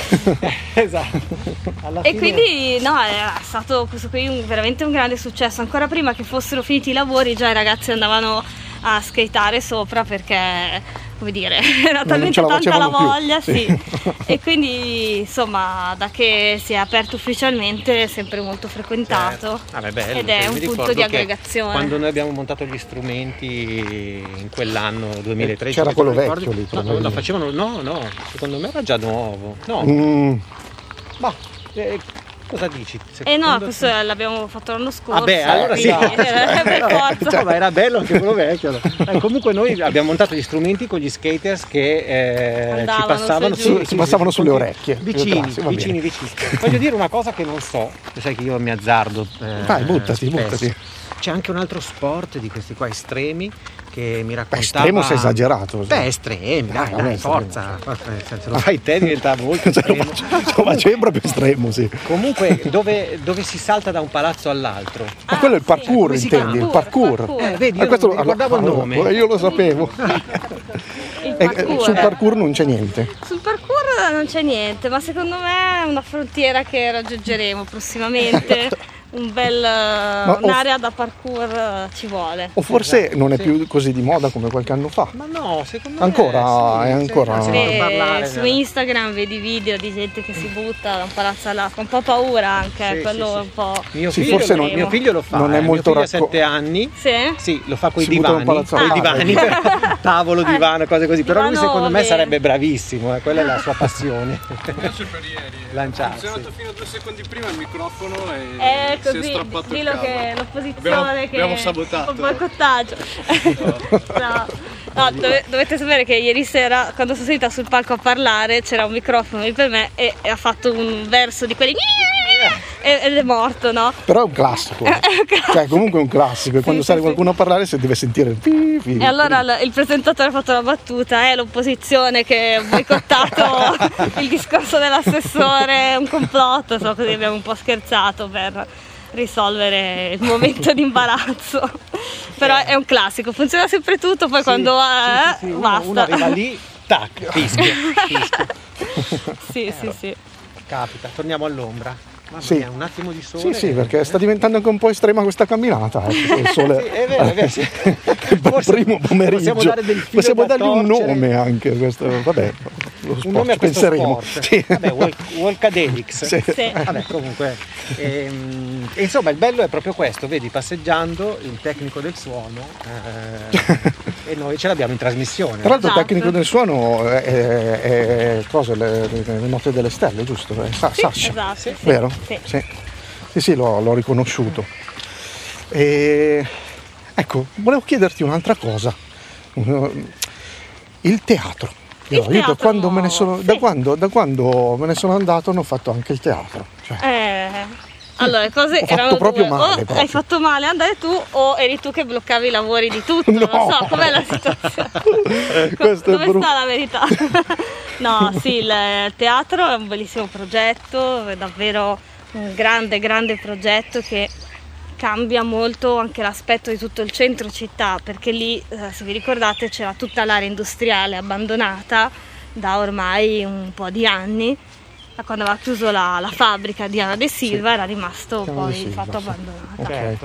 C: Esatto. Alla
D: E
C: fine-
D: quindi no, è stato questo qui un- veramente un grande successo. Ancora prima che fossero finiti i lavori già i ragazzi andavano a skateare sopra perché, come dire, era
B: Non
D: talmente
B: ce la
D: tanta la
B: facevano più,
D: voglia,
B: sì.
D: sì. E quindi insomma da che si è aperto ufficialmente è sempre molto frequentato.
C: Certo. Vabbè, bello,
D: ed è
C: cioè,
D: un
C: mi
D: punto
C: ricordo
D: di
C: che
D: aggregazione.
C: Quando noi abbiamo montato gli strumenti in quell'anno duemilatredici,
B: C'era
C: se
B: quello
C: ti ricordi?
B: vecchio lì,
C: No, lo
B: probabilmente.
C: facevano, no, no, secondo me era già nuovo. No,
B: Mm,
C: ma eh, cosa dici?
D: E
C: Secondo
D: no,
C: te?
D: questo l'abbiamo fatto l'anno scorso.
C: Vabbè, allora sì.
D: quindi, eh, per forza.
C: No, ma era bello anche quello vecchio. Eh, comunque noi abbiamo montato gli strumenti con gli skaters che eh, ci
D: Andavano
C: passavano,
D: su e giù.
B: Si passavano sulle orecchie.
C: Vicini,
B: Grazie, va
C: vicini,
B: bene.
C: vicini. Voglio dire una cosa che non so, sai che io mi azzardo. eh,
B: Vai, buttati,
C: spesso.
B: buttati.
C: C'è anche un altro sport di questi qua estremi che mi raccontava.
B: Estremo sei esagerato.
C: Beh, estremi, dai,
B: vabbè,
C: dai,
B: estremo.
C: forza. forza, Se lo fai te diventa molto
B: Cioè, lo
C: estremo.
B: faccio- lo facevo proprio estremo, sì.
C: Comunque, dove, dove si salta da un palazzo all'altro.
B: Ma quello è il
D: sì.
B: parkour,
C: Come si
B: intendi?
C: chiama?
B: Il parkour.
D: Parkour.
C: Eh, vedi, io
B: Ah, questo
C: non mi ricordavo il
B: allora,
C: nome.
B: Io lo sapevo.
D: Il
B: E, eh,
D: parkour.
B: sul parkour non c'è niente.
D: Sul parkour non c'è niente, ma secondo me è una frontiera che raggiungeremo prossimamente. Un bel,
B: o-
D: un'area da parkour eh, ci vuole.
B: O forse
C: Esatto,
B: non è
C: sì.
B: più così di moda come qualche anno fa.
C: Ma no, secondo
B: Ancora,
C: me sì,
B: è ancora-
C: sì,
B: Ah.
C: sento
D: Se
C: parlare
D: su
C: nella-
D: Instagram vedi video di gente che si butta da un palazzo all'altro, un po' paura anche,
C: Sì,
D: quello
C: sì, sì.
D: un po'.
C: Mio,
B: Sì,
C: figlio,
B: forse
C: lo-
B: non-
C: mio figlio lo fa,
B: non è
C: eh,
B: molto
C: mio figlio ha
B: racco-
C: sette anni.
D: Sì?
C: Sì, lo fa con i
B: Si butta da un
C: divani,
B: palazzo
C: coi
B: all'altro.
C: divani, tavolo, divano, cose così. Però lui
D: Divano,
C: secondo me
D: va bene.
C: sarebbe bravissimo, eh, quella è la sua passione.
E: Invece per ieri
C: Lanciarsi.
E: ha funzionato fino a due secondi prima il microfono e
D: È
E: si è
D: così,
E: strappato il
D: dillo
E: cavo.
D: che l'opposizione
E: Abbiamo-
D: che
E: abbiamo sabotato.
D: un boicottaggio. No. No, dove- dovete sapere che ieri sera quando sono salita sul palco a parlare c'era un microfono lì per me e, e ha fatto un verso di quelli e- ed è morto, no?
B: Però è un classico. Cioè, comunque è un classico. E quando
D: sì,
B: sale
D: sì.
B: qualcuno a parlare si deve sentire il pi, pi.
D: E allora il, il presentatore ha fatto la battuta, è l'opposizione che ha boicottato il discorso dell'assessore, un complotto, so, così abbiamo un po' scherzato per risolvere il momento di imbarazzo. Però è un classico, funziona sempre tutto, poi
C: Sì,
D: quando
C: sì,
D: eh,
C: sì, sì, uno,
D: basta.
C: uno arriva lì, tac, fischio, fischio.
D: Sì, sì, sì.
C: Capita, torniamo all'ombra. Mamma
B: Sì.
C: mia, un attimo di sole.
B: Sì, sì, perché sta diventando anche un po' estrema questa camminata. Eh. Il sole
C: Sì, è vero, è vero, sì.
B: il
C: Forse
B: primo pomeriggio.
C: possiamo dare del filo
B: Possiamo
C: da
B: dargli un
C: torcere.
B: nome anche a questo. Vabbè, lo sport,
C: Un nome a questo
B: penseremo.
C: sport.
B: Sì.
C: Vabbè, Wal- Walkadelix.
B: Sì.
D: Sì.
C: Vabbè, comunque, ehm, e insomma, il bello è proprio questo, vedi, passeggiando il tecnico del suono eh, e noi ce l'abbiamo in trasmissione.
B: Tra l'altro il
D: Esatto.
B: tecnico del suono è, è, è cosa, le, le note delle stelle, giusto? È Sa-
D: Sì,
B: Sasha,
D: esatto, sì.
B: vero?
D: Sì.
B: Sì, sì, sì, l'ho, l'ho riconosciuto. E, ecco, volevo chiederti un'altra cosa. Il teatro.
D: Il
B: Io, io da,
D: teatro
B: quando me ne
D: nuovo,
B: sono,
D: sì.
B: da, quando, da quando me ne sono andato hanno fatto anche il teatro. Cioè,
D: Eh, allora, le cose
B: Ho fatto
D: erano
B: proprio
D: due.
B: male,
D: O
B: proprio.
D: hai fatto male ad andare tu o eri tu che bloccavi i lavori di tutto.
B: No.
D: Non so, com'è la situazione?
B: Questo è
D: Dove
B: brutto.
D: sta la verità? No, sì, il teatro è un bellissimo progetto, è davvero un grande, grande progetto che cambia molto anche l'aspetto di tutto il centro città, perché lì, eh, se vi ricordate, c'era tutta l'area industriale abbandonata da ormai un po' di anni. Da quando aveva chiuso la, la fabbrica di Ana De Silva
B: Sì.
D: era rimasto
B: Diana De
D: poi
B: Silva,
D: fatto
B: sì.
D: abbandonata.
B: Ok.
C: Certo.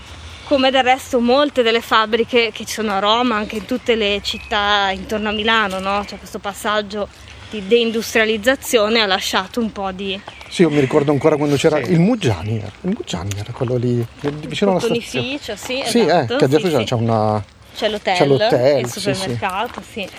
D: Come del resto molte delle fabbriche che ci sono a Roma, anche in tutte le città intorno a Milano, no? C'è questo passaggio di deindustrializzazione ha lasciato un po' di
B: Sì, io mi ricordo ancora quando c'era
C: Sì.
B: il Muggiani. era- Il Muggiani era quello lì, vicino alla stazione.
D: cotonificio, sì,
B: Sì,
D: esatto,
B: eh, che adesso
D: sì,
B: c'è,
D: sì.
B: c'è una...
D: C'è l'hotel,
B: c'è l'hotel,
D: il
B: sì, sì.
D: supermercato, sì.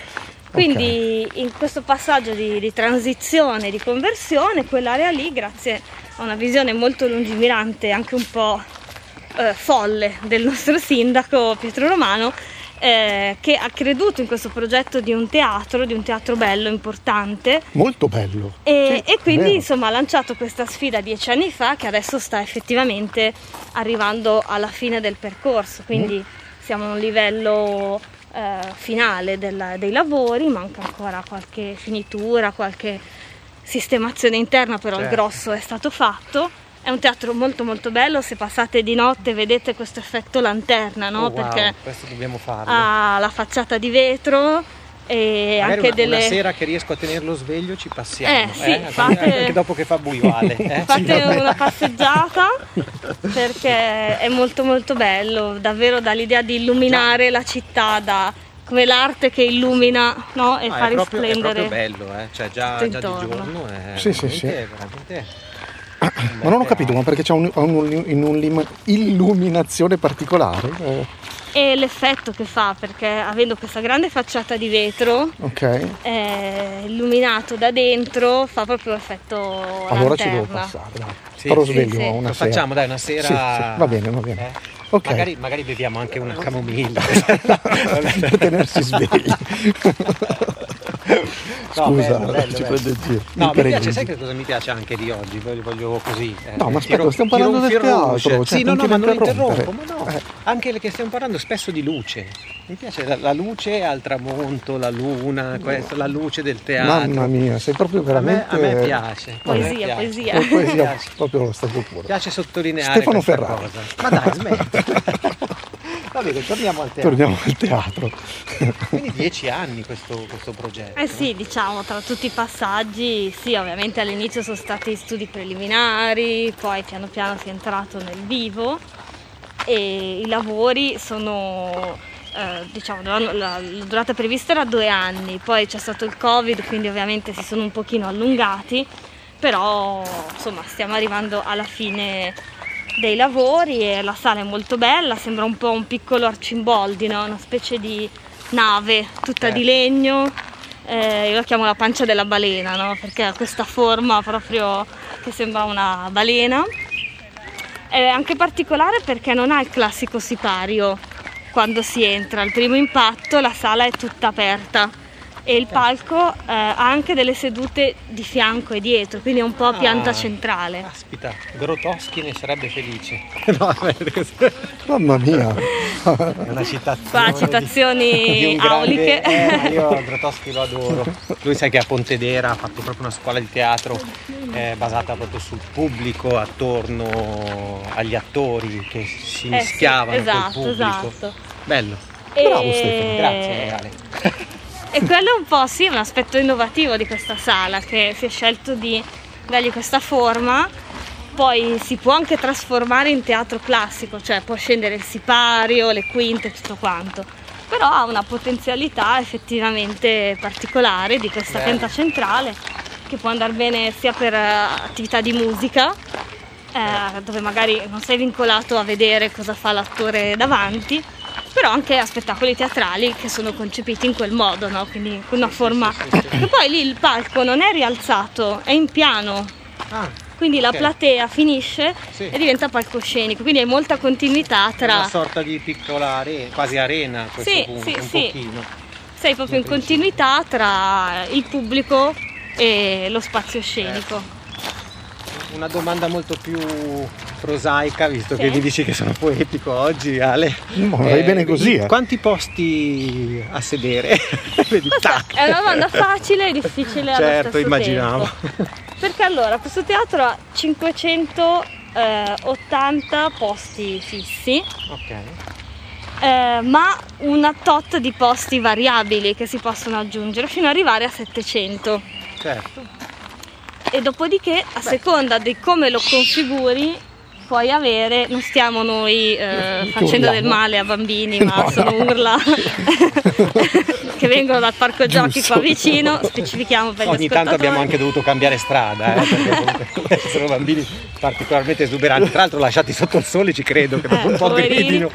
D: Quindi in questo passaggio di, di transizione, di conversione, quell'area lì, grazie a una visione molto lungimirante, anche un po' eh, folle del nostro sindaco Pietro Romano, eh, che ha creduto in questo progetto di un teatro, di un teatro bello, importante,
B: Molto bello.
D: e,
B: Sì,
D: e quindi
B: vero.
D: insomma ha lanciato questa sfida dieci anni fa che adesso sta effettivamente arrivando alla fine del percorso, quindi
B: Mm.
D: siamo a un livello eh, finale del- dei lavori, manca ancora qualche finitura, qualche sistemazione interna, però il
C: Certo.
D: grosso è stato fatto. È un teatro molto molto bello, se passate di notte vedete questo effetto lanterna, no?
C: Oh, wow,
D: Perché
C: questo dobbiamo farlo.
D: ha la facciata di vetro e
C: Magari
D: anche
C: una,
D: delle...
C: una sera che riesco a tenerlo sveglio ci passiamo,
D: Eh, sì,
C: eh?
D: fate-
C: anche dopo che fa buio, Ale. Eh?
D: Fate una passeggiata perché è molto molto bello, davvero dà l'idea di illuminare la città, da come l'arte che illumina, no? E
C: No,
D: fa
C: è, proprio, è
D: risplendere.
C: proprio bello, eh? Cioè già,
D: tutto
C: già di
D: intorno.
C: giorno è
B: Sì, sì,
C: veramente,
B: sì.
C: veramente
B: Ma non ho capito, ma perché c'è un, un- in un'illuminazione particolare? Eh,
D: E l'effetto che fa, perché avendo questa grande facciata di vetro
B: ok,
D: eh, illuminato da dentro fa proprio effetto
B: allora ci devo
D: lanterna.
B: passare. Dai.
C: Sì,
B: Farò
D: sì,
B: sveglio
D: sì.
B: una
C: Lo
B: sera.
C: facciamo, dai, una sera.
B: Sì, sì, va bene, va bene.
C: Eh?
B: Ok.
C: Magari, magari beviamo anche una camomilla.
B: Per tenersi svegli.
C: No,
B: Scusa,
C: bello, bello,
B: ci
C: bello.
B: prende il giro.
C: No,
B: Mi
C: mi piace,
B: prendi.
C: sai che cosa mi piace anche di oggi? Voglio, voglio così. eh,
B: No, ma aspetta,
C: tiro-
B: stiamo
C: tiro
B: parlando
C: un
B: del
C: fil rouge.
B: teatro, cioè,
C: Sì, no, no, ma non
B: continui a
C: interrompo, ma
B: interrompere.
C: no.
B: Eh.
C: Anche le che stiamo parlando spesso di luce. Mi piace la, la luce al tramonto, la luna, questo, la luce del teatro.
B: Mamma mia, sei proprio
C: A me,
B: veramente...
C: a me piace. a me
D: Poesia,
C: piace.
D: poesia.
B: Oh, poesia,
C: Mi piace.
B: proprio lo stato puro.
C: Mi piace sottolineare
B: Stefano
C: questa
B: Ferrari.
C: cosa. Ma dai, smetti. Va bene, torniamo al teatro.
B: Torniamo al teatro.
C: Quindi dieci anni questo, questo progetto.
D: Eh sì, diciamo, tra tutti i passaggi, sì, ovviamente all'inizio sono stati studi preliminari, poi piano piano si è entrato nel vivo e i lavori sono, eh, diciamo, dovevano- la, la durata prevista era due anni, poi c'è stato il Covid, quindi ovviamente si sono un pochino allungati, però insomma stiamo arrivando alla fine dei lavori e la sala è molto bella, sembra un po' un piccolo Arcimboldi, no? Una specie di nave tutta
C: Certo.
D: di legno, eh, io la chiamo la pancia della balena, no? Perché ha questa forma proprio che sembra una balena. È anche particolare perché non ha il classico sipario quando si entra, al primo impatto la sala è tutta aperta e il palco eh, ha anche delle sedute di fianco e dietro, quindi è un po' a pianta
C: Ah,
D: centrale.
C: Caspita, Grotowski ne sarebbe felice. No,
B: Mamma mia.
C: è una citazione.
D: Qua
C: di-
D: citazioni
C: di un grande-
D: auliche.
C: eh, ma io Grotowski lo adoro. Lui sai che a Pontedera ha fatto proprio una scuola di teatro eh, basata proprio sul pubblico, attorno agli attori che si
D: Eh sì,
C: mischiavano
D: esatto,
C: col pubblico.
D: esatto.
C: Bello.
D: E-
C: Bravo Stefano, grazie Ale.
D: E quello è un po' sì, un aspetto innovativo di questa sala, che si è scelto di dargli questa forma. Poi si può anche trasformare in teatro classico, cioè può scendere il sipario, le quinte, tutto quanto. Però ha una potenzialità effettivamente particolare di questa
C: Bello.
D: pianta centrale, che può andare bene sia per eh, attività di musica, eh, dove magari non sei vincolato a vedere cosa fa l'attore davanti, però anche a spettacoli teatrali che sono concepiti in quel modo, no? Quindi con una forma. E poi lì il palco non è rialzato, è in piano,
C: Ah,
D: quindi la
C: ok.
D: platea finisce
C: Sì.
D: e diventa palcoscenico, quindi hai molta continuità
C: Una
D: tra.
C: sorta di piccola arena, quasi arena a questo
D: Sì,
C: punto,
D: sì,
C: un
D: sì.
C: pochino.
D: Sei proprio in continuità tra il pubblico e lo spazio scenico.
C: Una domanda molto più prosaica, visto
D: Sì.
C: che mi dici che sono poetico oggi, Ale.
B: No, vai bene così, eh.
C: Quanti posti a sedere? Vedi, tac.
D: È una domanda facile e difficile allo
C: Certo,
D: stesso
C: immaginavo.
D: tempo. Perché allora questo teatro ha cinquecentottanta posti fissi,
C: Ok.
D: eh, ma una tot di posti variabili che si possono aggiungere fino ad arrivare a settecento.
C: Certo.
D: E dopodiché, a seconda di come lo configuri, puoi avere, non stiamo noi eh, facendo
B: urliamo.
D: del male a bambini, ma
B: No,
D: sono
B: no.
D: urla che vengono dal parco giochi
B: Giusto.
D: qua vicino, specifichiamo per gli
C: Ogni tanto abbiamo
D: ascoltatori.
C: anche dovuto cambiare strada, eh, perché comunque sono bambini particolarmente esuberanti. Tra l'altro lasciati sotto il sole ci credo che dopo
D: Eh,
C: un po'
D: poverini.
C: gridino.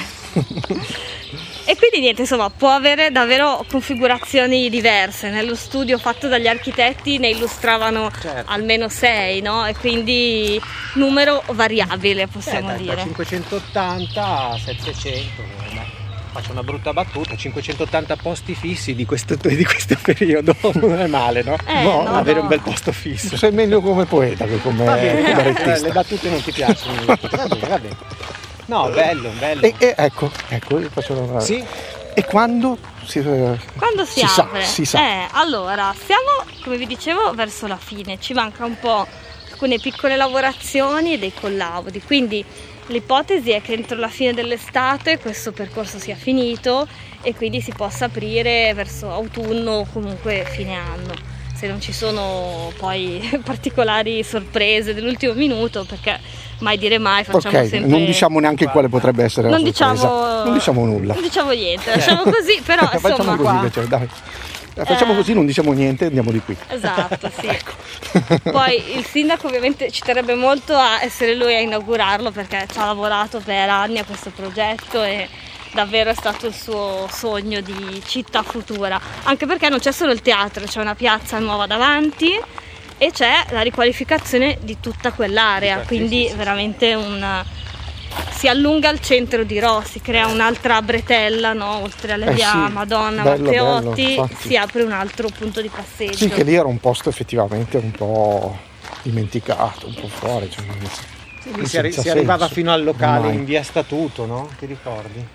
D: E quindi niente, insomma, può avere davvero configurazioni diverse. Nello studio fatto dagli architetti ne illustravano
C: Certo.
D: almeno sei, no? E quindi numero variabile,
C: Eh,
D: possiamo
C: dai, da
D: dire.
C: cinquecentottanta a settecento, dai, faccio una brutta battuta, cinquecentottanta posti fissi di questo, di questo periodo, non è male, no?
D: Eh,
B: No,
D: no,
C: Avere
D: no.
C: un bel posto fisso.
B: Sei meglio come poeta che come
C: Va bene,
B: come
C: eh, le
B: artista.
C: battute non ti piacciono. Va bene, va bene. No, bello, bello.
B: E, e ecco, ecco, io faccio una...
C: Sì?
B: E quando si, eh,
D: Quando si,
B: si sa,
D: apre?
B: si sa.
D: Eh, allora, siamo, come vi dicevo, verso la fine. Ci manca un po' alcune piccole lavorazioni e dei collaudi. Quindi l'ipotesi è che entro la fine dell'estate questo percorso sia finito e quindi si possa aprire verso autunno o comunque fine anno. Se non ci sono poi particolari sorprese dell'ultimo minuto, perché mai dire mai, facciamo
B: ok,
D: sempre.
B: non diciamo neanche quale potrebbe essere
D: Non
B: la sorpresa.
D: diciamo,
B: Non diciamo nulla.
D: non diciamo niente, lasciamo così, però
B: Facciamo
D: insomma.
B: così invece, dai. Eh, Facciamo
D: Eh.
B: così, non diciamo niente, andiamo di qui.
D: Esatto, sì.
B: Ecco.
D: Poi il sindaco ovviamente ci terrebbe molto a essere lui a inaugurarlo, perché ci ha lavorato per anni a questo progetto e davvero è stato il suo sogno di città futura, anche perché non c'è solo il teatro, c'è una piazza nuova davanti e c'è la riqualificazione di tutta quell'area,
C: Sì,
D: quindi
C: sì, sì,
D: veramente un si allunga il centro di Rho, si crea un'altra bretella, no? Oltre alla
B: Eh
D: via
B: sì,
D: Madonna
B: bello,
D: Matteotti
B: bello, infatti.
D: si apre un altro punto di passeggio.
B: Sì, che lì era un posto effettivamente un po' dimenticato, un po' fuori. Cioè,
C: Sì,
B: non
C: si, arri-
B: senza
C: si arrivava
B: senso.
C: fino al locale
B: Ormai.
C: in via Statuto, no? Ti ricordi?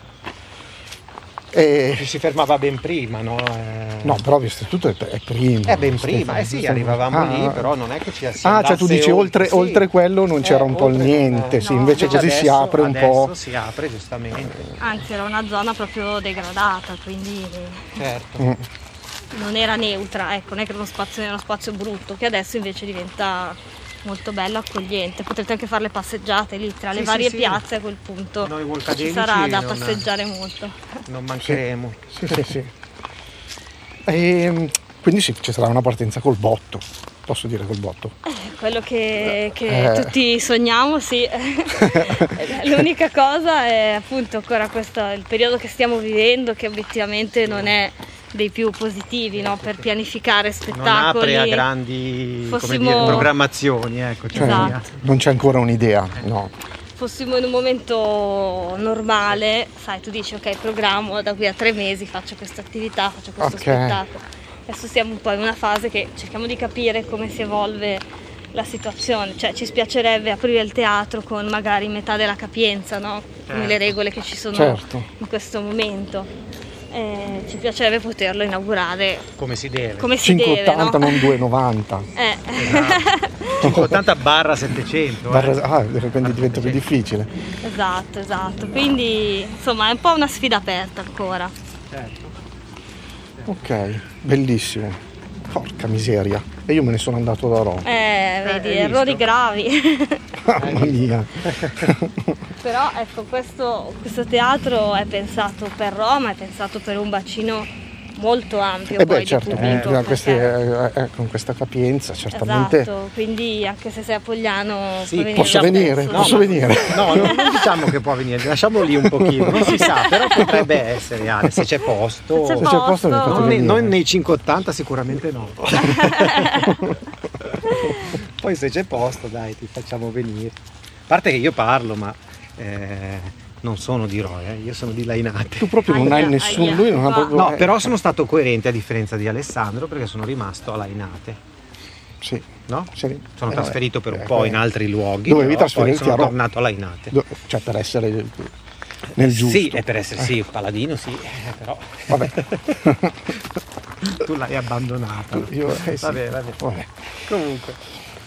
B: E-
C: Ci si fermava ben prima, no? Eh,
B: no, però l'istituto è, è prima.
C: Eh, ben prima,
B: Stefano,
C: eh sì,
B: Stefano.
C: arrivavamo
B: Ah,
C: lì,
B: ah.
C: però non è che ci si
B: Ah,
C: andasse
B: cioè tu dici oltre,
C: sì.
B: oltre quello non c'era
C: Eh,
B: un po' il
C: oltre-
B: niente,
C: eh,
B: sì,
C: no,
B: invece così si
C: adesso-
B: apre un
C: adesso
B: po'.
C: si apre giustamente,
D: Anzi, era una zona proprio degradata, quindi
C: certo.
B: Mm.
D: non era neutra, ecco, non è che era uno spazio, era uno spazio brutto, che adesso invece diventa molto bello, accogliente. Potrete anche fare le passeggiate lì tra le
C: Sì,
D: varie
C: sì, sì.
D: piazze, a quel punto
C: Noi
D: ci
C: volcadelici
D: sarà da
C: non-
D: passeggiare molto.
C: Non mancheremo.
B: Sì, sì, sì. E, quindi sì, ci sarà una partenza col botto, posso dire col botto.
D: Quello che, che
B: Eh.
D: tutti sogniamo, sì. L'unica cosa è appunto ancora questo, il periodo che stiamo vivendo, che obiettivamente non è dei più positivi, no? Per pianificare
C: Non
D: spettacoli.
C: apre a grandi come
D: Fossimo-
C: dire, programmazioni, ecco.
B: Cioè,
D: Esatto.
B: non c'è ancora un'idea, no.
D: Fossimo in un momento normale, sai, tu dici ok, programmo da qui a tre mesi, faccio questa attività, faccio questo
B: Ok.
D: spettacolo. Adesso siamo un po' in una fase che cerchiamo di capire come si evolve la situazione, cioè ci spiacerebbe aprire il teatro con magari metà della capienza, no? Come
C: Certo.
D: le regole che ci sono
B: Certo.
D: in questo momento. Eh, ci piacerebbe poterlo inaugurare
C: Come si deve.
D: come si deve,
B: cinquecottanta,
D: no?
B: non duecentonovanta.
D: Eh.
C: cinquecottanta barra settecento.
B: Barra-
C: eh.
B: ah, quindi diventa più difficile.
D: Esatto, esatto. Quindi insomma è un po' una sfida aperta ancora.
C: Certo.
B: Ok, bellissimo. Porca miseria. E io me ne sono andato da Roma.
D: Eh, vedi,
C: hai
D: errori
C: visto?
D: gravi.
B: Mamma mia.
D: Però ecco, questo, questo teatro è pensato per Roma, è pensato per un bacino molto ampio
B: E
D: poi
B: beh, certo,
D: di
B: con,
D: pubblico.
B: questi-
D: perché-
B: eh, eh, con questa capienza certamente.
D: Esatto, quindi anche se sei a Pogliano
C: Sì,
D: puoi venire
B: Posso
D: lo
B: venire?
D: stesso.
C: No,
B: Posso
C: ma-
B: venire?
C: No, non, non diciamo che può venire, lasciamo lì un pochino, non si sa, però potrebbe essere, Ale, se c'è posto.
D: Se c'è
B: Se c'è posto mi
D: posto.
B: fate
C: Non, nei,
B: venire.
C: non nei cinquecottanta sicuramente no. Poi se c'è posto, dai, ti facciamo venire. A parte che io parlo, ma eh, non sono di Roe, eh, io sono di Lainate.
B: Tu proprio non hai
D: Aia,
B: nessun.
D: aia.
B: Lui non ha
D: No.
B: proprio.
C: No,
B: eh,
C: però sono stato coerente a differenza di Alessandro perché sono rimasto a Lainate,
B: Sì.
C: no?
B: Sì.
C: Sono
B: Eh,
C: trasferito per un
B: eh,
C: po'
B: eh,
C: in altri luoghi,
B: Dovevi
C: però poi
B: trasferirti
C: sono
B: a Roma.
C: tornato a Lainate.
B: Do- Cioè, per essere nel giusto.
C: Sì, e per essere sì, paladino sì, eh, però
B: Vabbè.
C: tu l'hai abbandonata.
B: Io, eh, sì.
C: Vabbè, vabbè.
B: Vabbè.
C: Comunque.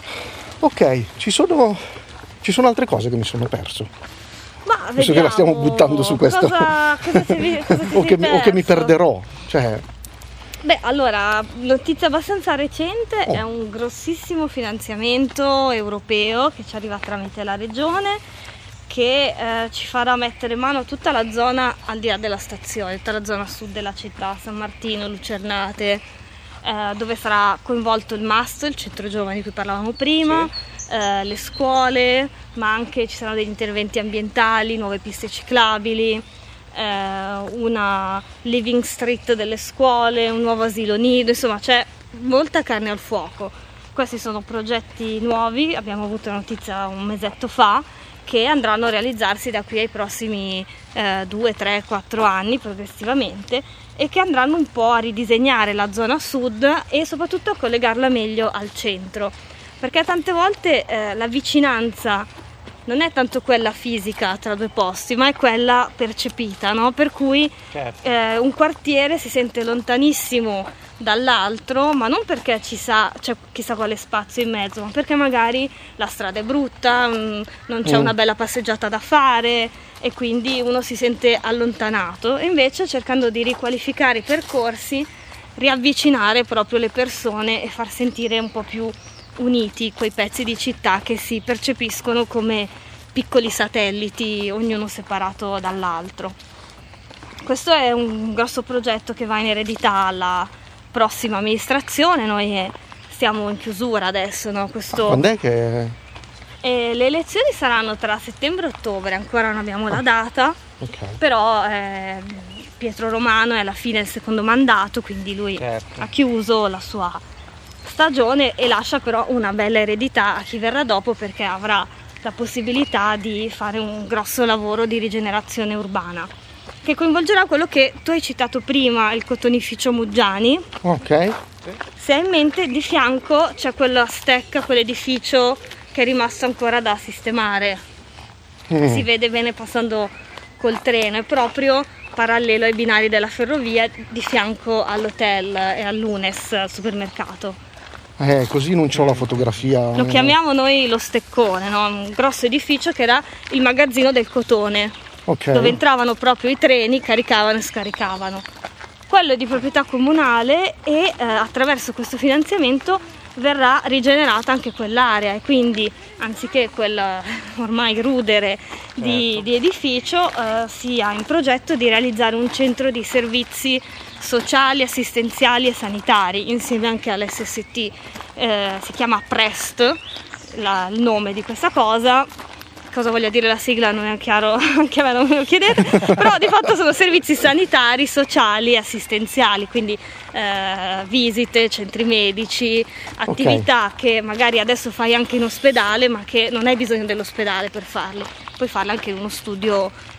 B: Ok, ci sono. Ci sono altre cose che mi sono perso.
D: Ma
B: Visto che la stiamo
D: vediamo
B: buttando su questo.
D: Cosa, cosa ti, vi- cosa ti
B: o,
D: sei
B: che mi, o che mi
D: perso?
B: perderò. Cioè,
D: Beh, allora, notizia abbastanza recente,
B: Oh.
D: è un grossissimo finanziamento europeo che ci arriva tramite la regione, che eh, ci farà mettere mano a tutta la zona al di là della stazione, tutta la zona sud della città, San Martino, Lucernate, eh, dove sarà coinvolto il M A S T, il centro giovani di cui parlavamo prima, eh, le scuole, ma anche ci saranno degli interventi ambientali, nuove piste ciclabili, eh, una living street delle scuole, un nuovo asilo nido, insomma c'è molta carne al fuoco. Questi sono progetti nuovi, abbiamo avuto notizia un mesetto fa, che andranno a realizzarsi da qui ai prossimi eh, due, tre, quattro anni progressivamente e che andranno un po' a ridisegnare la zona sud e soprattutto a collegarla meglio al centro, perché tante volte eh, la vicinanza non è tanto quella fisica tra due posti, ma è quella percepita, no? Per cui
C: Certo.
D: eh, un quartiere si sente lontanissimo dall'altro, ma non perché ci sa, c'è chissà quale spazio in mezzo, ma perché magari la strada è brutta, mh, non c'è
B: Mm.
D: una bella passeggiata da fare e quindi uno si sente allontanato. E invece, cercando di riqualificare i percorsi, riavvicinare proprio le persone e far sentire un po' più uniti quei pezzi di città che si percepiscono come piccoli satelliti, ognuno separato dall'altro. Questo è un grosso progetto che va in eredità alla prossima amministrazione. Noi eh, stiamo in chiusura adesso, no? Questo...
B: quando è che.
D: E le elezioni saranno tra settembre e ottobre, ancora non abbiamo la data,
B: Ok.
D: però eh, Pietro Romano è alla fine del secondo mandato, quindi lui
C: Certo.
D: ha chiuso la sua stagione e lascia però una bella eredità a chi verrà dopo, perché avrà la possibilità di fare un grosso lavoro di rigenerazione urbana che coinvolgerà quello che tu hai citato prima, il cotonificio Muggiani.
B: Ok.
D: Se hai in mente, di fianco c'è quella stecca, quell'edificio che è rimasto ancora da sistemare.
B: Mm.
D: Si vede bene passando col treno, è proprio parallelo ai binari della ferrovia, di fianco all'hotel e all'Unes, al supermercato.
B: Eh, così non c'ho la fotografia.
D: Lo chiamiamo noi lo steccone, no? Un grosso edificio che era il magazzino del cotone,
B: Ok.
D: dove entravano proprio i treni, caricavano e scaricavano. Quello è di proprietà comunale e eh, attraverso questo finanziamento verrà rigenerata anche quell'area e quindi anziché quel ormai rudere di,
C: Certo.
D: di edificio eh, si ha in progetto di realizzare un centro di servizi sociali, assistenziali e sanitari insieme anche all'S S T. Eh, si chiama PREST, la- il nome di questa cosa. Cosa voglia dire la sigla non è chiaro, anche a me non me lo chiedete, però di fatto sono servizi sanitari, sociali e assistenziali, quindi eh, visite, centri medici, attività che magari adesso fai anche in ospedale, ma che non hai bisogno dell'ospedale per farle, puoi farle anche in uno studio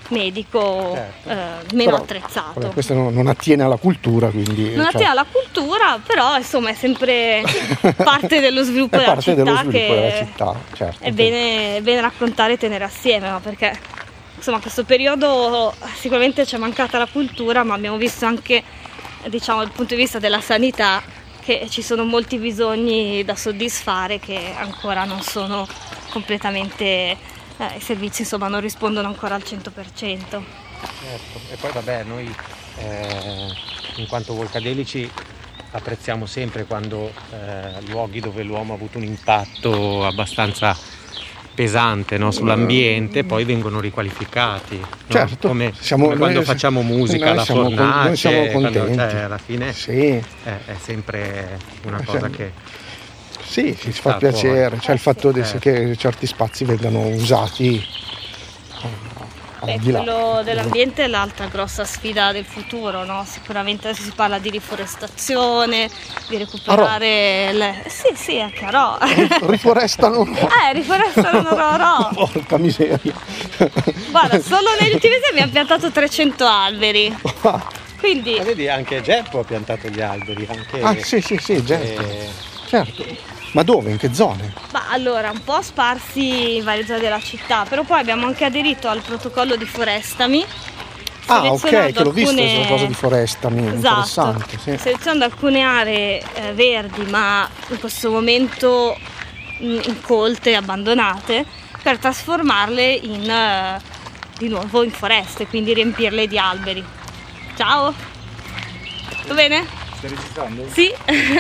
D: medico
C: Certo.
D: eh, meno
B: Però,
D: attrezzato.
B: vabbè, questo non, non attiene alla cultura, quindi
D: Non
B: cioè,
D: attiene alla cultura, però insomma è sempre parte dello sviluppo
B: è
D: della
B: parte
D: città
B: dello sviluppo
D: che
B: della città, certo.
D: è bene, è bene raccontare e tenere assieme, no? Perché insomma questo periodo sicuramente ci è mancata la cultura, ma abbiamo visto anche, diciamo, dal punto di vista della sanità, che ci sono molti bisogni da soddisfare che ancora non sono completamente, eh, i servizi insomma non rispondono ancora al cento per cento.
C: Certo. E poi vabbè, noi eh, in quanto volcadelici apprezziamo sempre quando eh, luoghi dove l'uomo ha avuto un impatto abbastanza pesante, no, sull'ambiente poi vengono riqualificati, no?
B: Certo,
C: come,
B: siamo-
C: come quando
B: noi-
C: facciamo musica
B: noi
C: alla
B: siamo con-
C: fornace,
B: noi siamo
C: quando,
B: contenti.
C: cioè, alla fine
B: Sì,
C: è, è sempre una cosa
B: Siamo-
C: che
B: sì, ci
C: sta
B: fa piacere,
D: fuori.
B: cioè il fatto di-
C: Eh.
B: che certi spazi vengano usati al
D: Beh,
B: di là.
D: quello dell'ambiente è l'altra grossa sfida del futuro, no? Sicuramente adesso si parla di riforestazione, di recuperare le... Sì, sì, anche a Ro.
B: Riforestano no.
D: Eh, riforestano Ro Ro.
B: Porca miseria.
D: Guarda, solo negli ultimi mesi abbiamo piantato trecento alberi, quindi
C: ma vedi anche Geppo ha piantato gli alberi anche,
B: Ah sì sì sì, certo.
C: eh,
B: certo. Ma dove? In che zone?
D: ma allora un po' sparsi in varie zone della città, però poi abbiamo anche aderito al protocollo di Forestami.
B: Ah ok,
D: selezionando
B: che l'ho visto
D: alcune-
B: questa cosa di Forestami,
D: Esatto,
B: interessante, sì.
D: selezionando alcune aree eh, verdi ma in questo momento mh, incolte, abbandonate, per trasformarle in, eh, di nuovo in foreste, quindi riempirle di alberi. Ciao! Tutto bene?
E: Stai registrando?
D: Sì?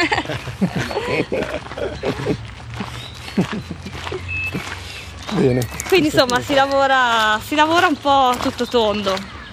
B: Bene.
D: Quindi insomma si lavora, si lavora un po' a tutto tondo.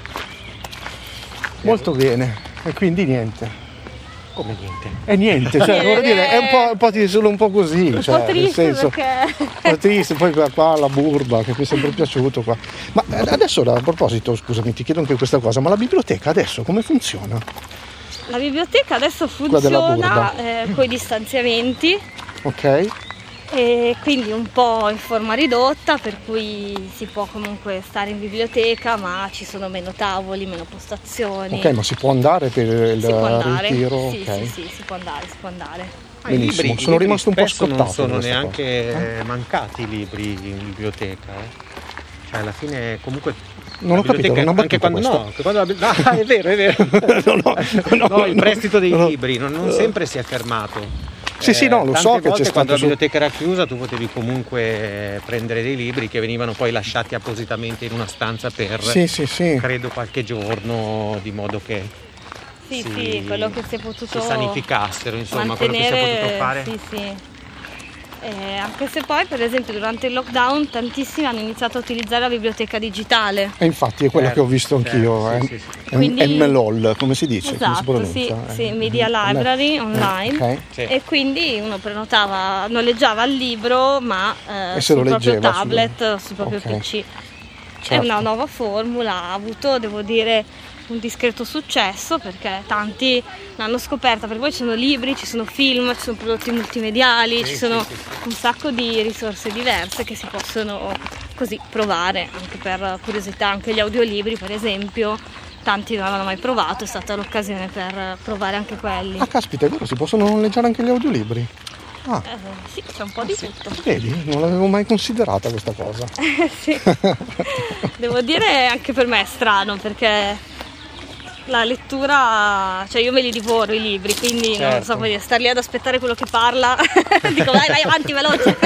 B: Molto bene. E quindi niente.
C: come niente.
B: E niente, cioè,
D: Niente,
B: vorrei dire, è un po', un po' di- solo un po' così.
D: Un
B: cioè,
D: po' triste
B: nel senso,
D: perché
B: un po' triste, poi qua, qua la burba che mi è sempre piaciuto qua. Ma adesso a proposito, scusami, ti chiedo anche questa cosa, ma la biblioteca adesso come funziona?
D: la biblioteca adesso
B: Quella della
D: funziona
B: Burba.
D: eh, con i distanziamenti
B: Ok?
D: e quindi un po' in forma ridotta, per cui si può comunque stare in biblioteca, ma ci sono meno tavoli, meno postazioni.
B: Ok, ma si può andare per il
D: si può andare.
B: ritiro?
D: Sì,
B: Ok.
D: sì, sì, si può andare, si può andare.
C: Ah, i
B: Benissimo,
C: libri- i
B: sono
C: libri
B: rimasto un po'
C: spesso
B: scottato
C: non sono
B: da questa
C: neanche
B: cosa.
C: eh, mancati i libri in biblioteca, eh. Cioè alla fine comunque
B: Non
C: la
B: ho capito,
C: biblioteca-
B: non ho
C: anche
B: battuto
C: quando no, che quando la bi- ah, è vero, è vero.
B: No, no, no,
C: No, il
B: no,
C: prestito dei
B: no.
C: libri non, non sempre si è fermato.
B: Sì, sì, no, lo
C: tante
B: so che
C: volte
B: c'è
C: quando
B: stato
C: la
B: su-
C: biblioteca era chiusa tu potevi comunque prendere dei libri che venivano poi lasciati appositamente in una stanza per
B: Sì, sì, sì.
C: credo qualche giorno, di modo che
D: Sì,
C: si,
D: sì, quello che si è potuto
C: si sanificassero, insomma, quello che si è
D: mantenere,
C: potuto fare.
D: sì, sì. Eh, anche se poi per esempio durante il lockdown tantissimi hanno iniziato a utilizzare la biblioteca digitale.
B: E infatti è quella
C: Certo,
B: che ho visto anch'io,
C: certo,
B: eh.
C: sì, sì, sì.
B: È un
D: Quindi-
B: M L O L, come si dice? Come si
D: Esatto, sì,
B: pronuncia?
D: sì,
B: Eh,
D: Media Library online.
B: Ok.
C: Sì.
D: E quindi uno prenotava, noleggiava il libro ma eh,
B: E se lo
D: sul proprio
B: leggeva
D: tablet o sul proprio
B: Ok.
D: P C. È
B: Certo.
D: una nuova formula, ha avuto, devo dire, un discreto successo perché tanti l'hanno scoperta, perché poi ci sono libri, ci sono film, ci sono prodotti multimediali, ci sono un sacco di risorse diverse che si possono così provare, anche per curiosità, anche gli audiolibri per esempio, tanti non avevano mai provato, è stata l'occasione per provare anche quelli.
B: Ah, caspita, è vero, si possono noleggiare anche gli audiolibri. Ah,
D: Eh, sì, c'è un po' di tutto.
B: vedi, non l'avevo mai considerata questa cosa.
D: Sì. Devo dire anche per me è strano perché la lettura, cioè io me li divoro i libri, quindi non
C: Certo.
D: so come dire, star lì ad aspettare quello che parla, dico vai vai avanti veloce.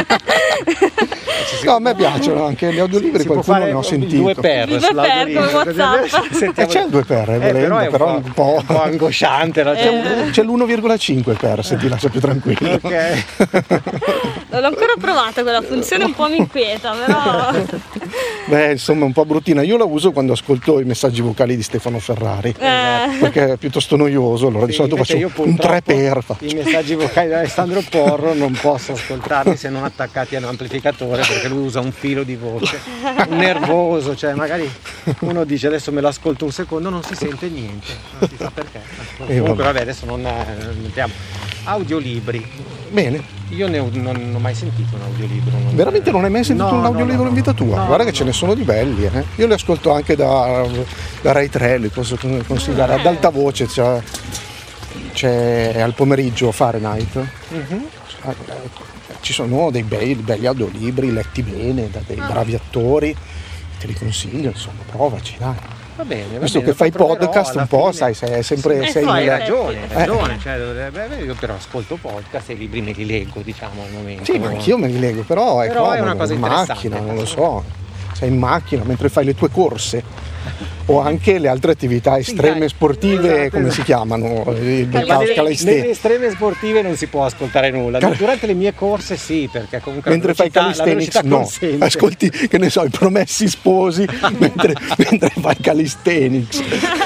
B: No, a me piacciono anche gli audiolibri,
C: Si può
B: qualcuno
C: fare
B: ne ho
C: il
B: sentito.
C: due per
D: Il due per
C: sull'audiolibro,
D: come
C: così
D: WhatsApp.
C: adesso sentiamo-
B: Eh, c'è il due per,
C: Eh,
B: volendo,
C: però è un,
B: però
C: po',
B: un po'-
C: un po' angosciante, no?
B: C'è,
C: Cioè,
B: un- c'è l'uno virgola cinque per, se ti lascia più tranquillo.
C: ok.
D: Non l'ho ancora provata quella funzione, un po' mi inquieta, però
B: Beh, insomma, è un po' bruttina. Io la uso quando ascolto i messaggi vocali di Stefano Ferrari,
D: eh,
B: perché è piuttosto noioso, allora di
C: Sì,
B: solito
C: invece
B: faccio
C: io
B: un tre
C: purtroppo
B: per.
C: i messaggi vocali di Alessandro Porro non posso ascoltarli se non attaccati a un amplificatore, perché lui usa un filo di voce nervoso, cioè magari uno dice adesso me lo ascolto un secondo, non si sente niente, non si sa perché.
B: Eh,
C: Comunque
B: vabbè.
C: vabbè, adesso non, eh, non mettiamo audiolibri.
B: Bene,
C: Io ne ho, non, non ho mai sentito un audiolibro. Non...
B: Veramente non hai mai sentito
C: No,
B: un audiolibro
C: no, no,
B: in vita tua?
C: no,
B: Guarda
C: no,
B: che ce
C: no.
B: ne sono di belli, eh. Io li ascolto anche da, da Rai tre, li posso consigliare. Ad alta voce c'è, c'è al pomeriggio Fahrenheit.
C: Mhm.
B: Ci sono dei bei, belli audiolibri letti bene da dei bravi attori, te li consiglio, insomma, provaci, dai.
C: Va bene, va
B: Visto
C: bene,
B: che fai
C: lo proverò
B: podcast
C: alla
B: un po',
C: fine.
B: sai, sei sempre
D: Sì,
B: sei
D: no,
C: Hai
B: il-
C: ragione, hai
D: Eh.
C: ragione, cioè, dovrebbe- io però ascolto podcast e i libri me li leggo, diciamo, al momento.
B: Sì, ma anch'io me li leggo, però è
C: Però è
B: comodo,
C: una cosa
B: in
C: interessante.
B: macchina, non lo so. Sei in macchina mentre fai le tue corse o anche le altre attività estreme
C: dai.
B: sportive,
C: Esatto,
B: come
C: esatto.
B: si chiamano? Il
C: Ma
B: cal-
C: nelle,
B: calisthenics.
C: nelle estreme sportive non si può ascoltare nulla.
B: Cal-
C: Durante le mie corse sì, perché comunque
B: Mentre
C: la
B: fai
C: velocità, la
B: calisthenics
C: velocità
B: no,
C: consente.
B: ascolti, che ne so, i Promessi Sposi mentre, mentre fai calisthenics.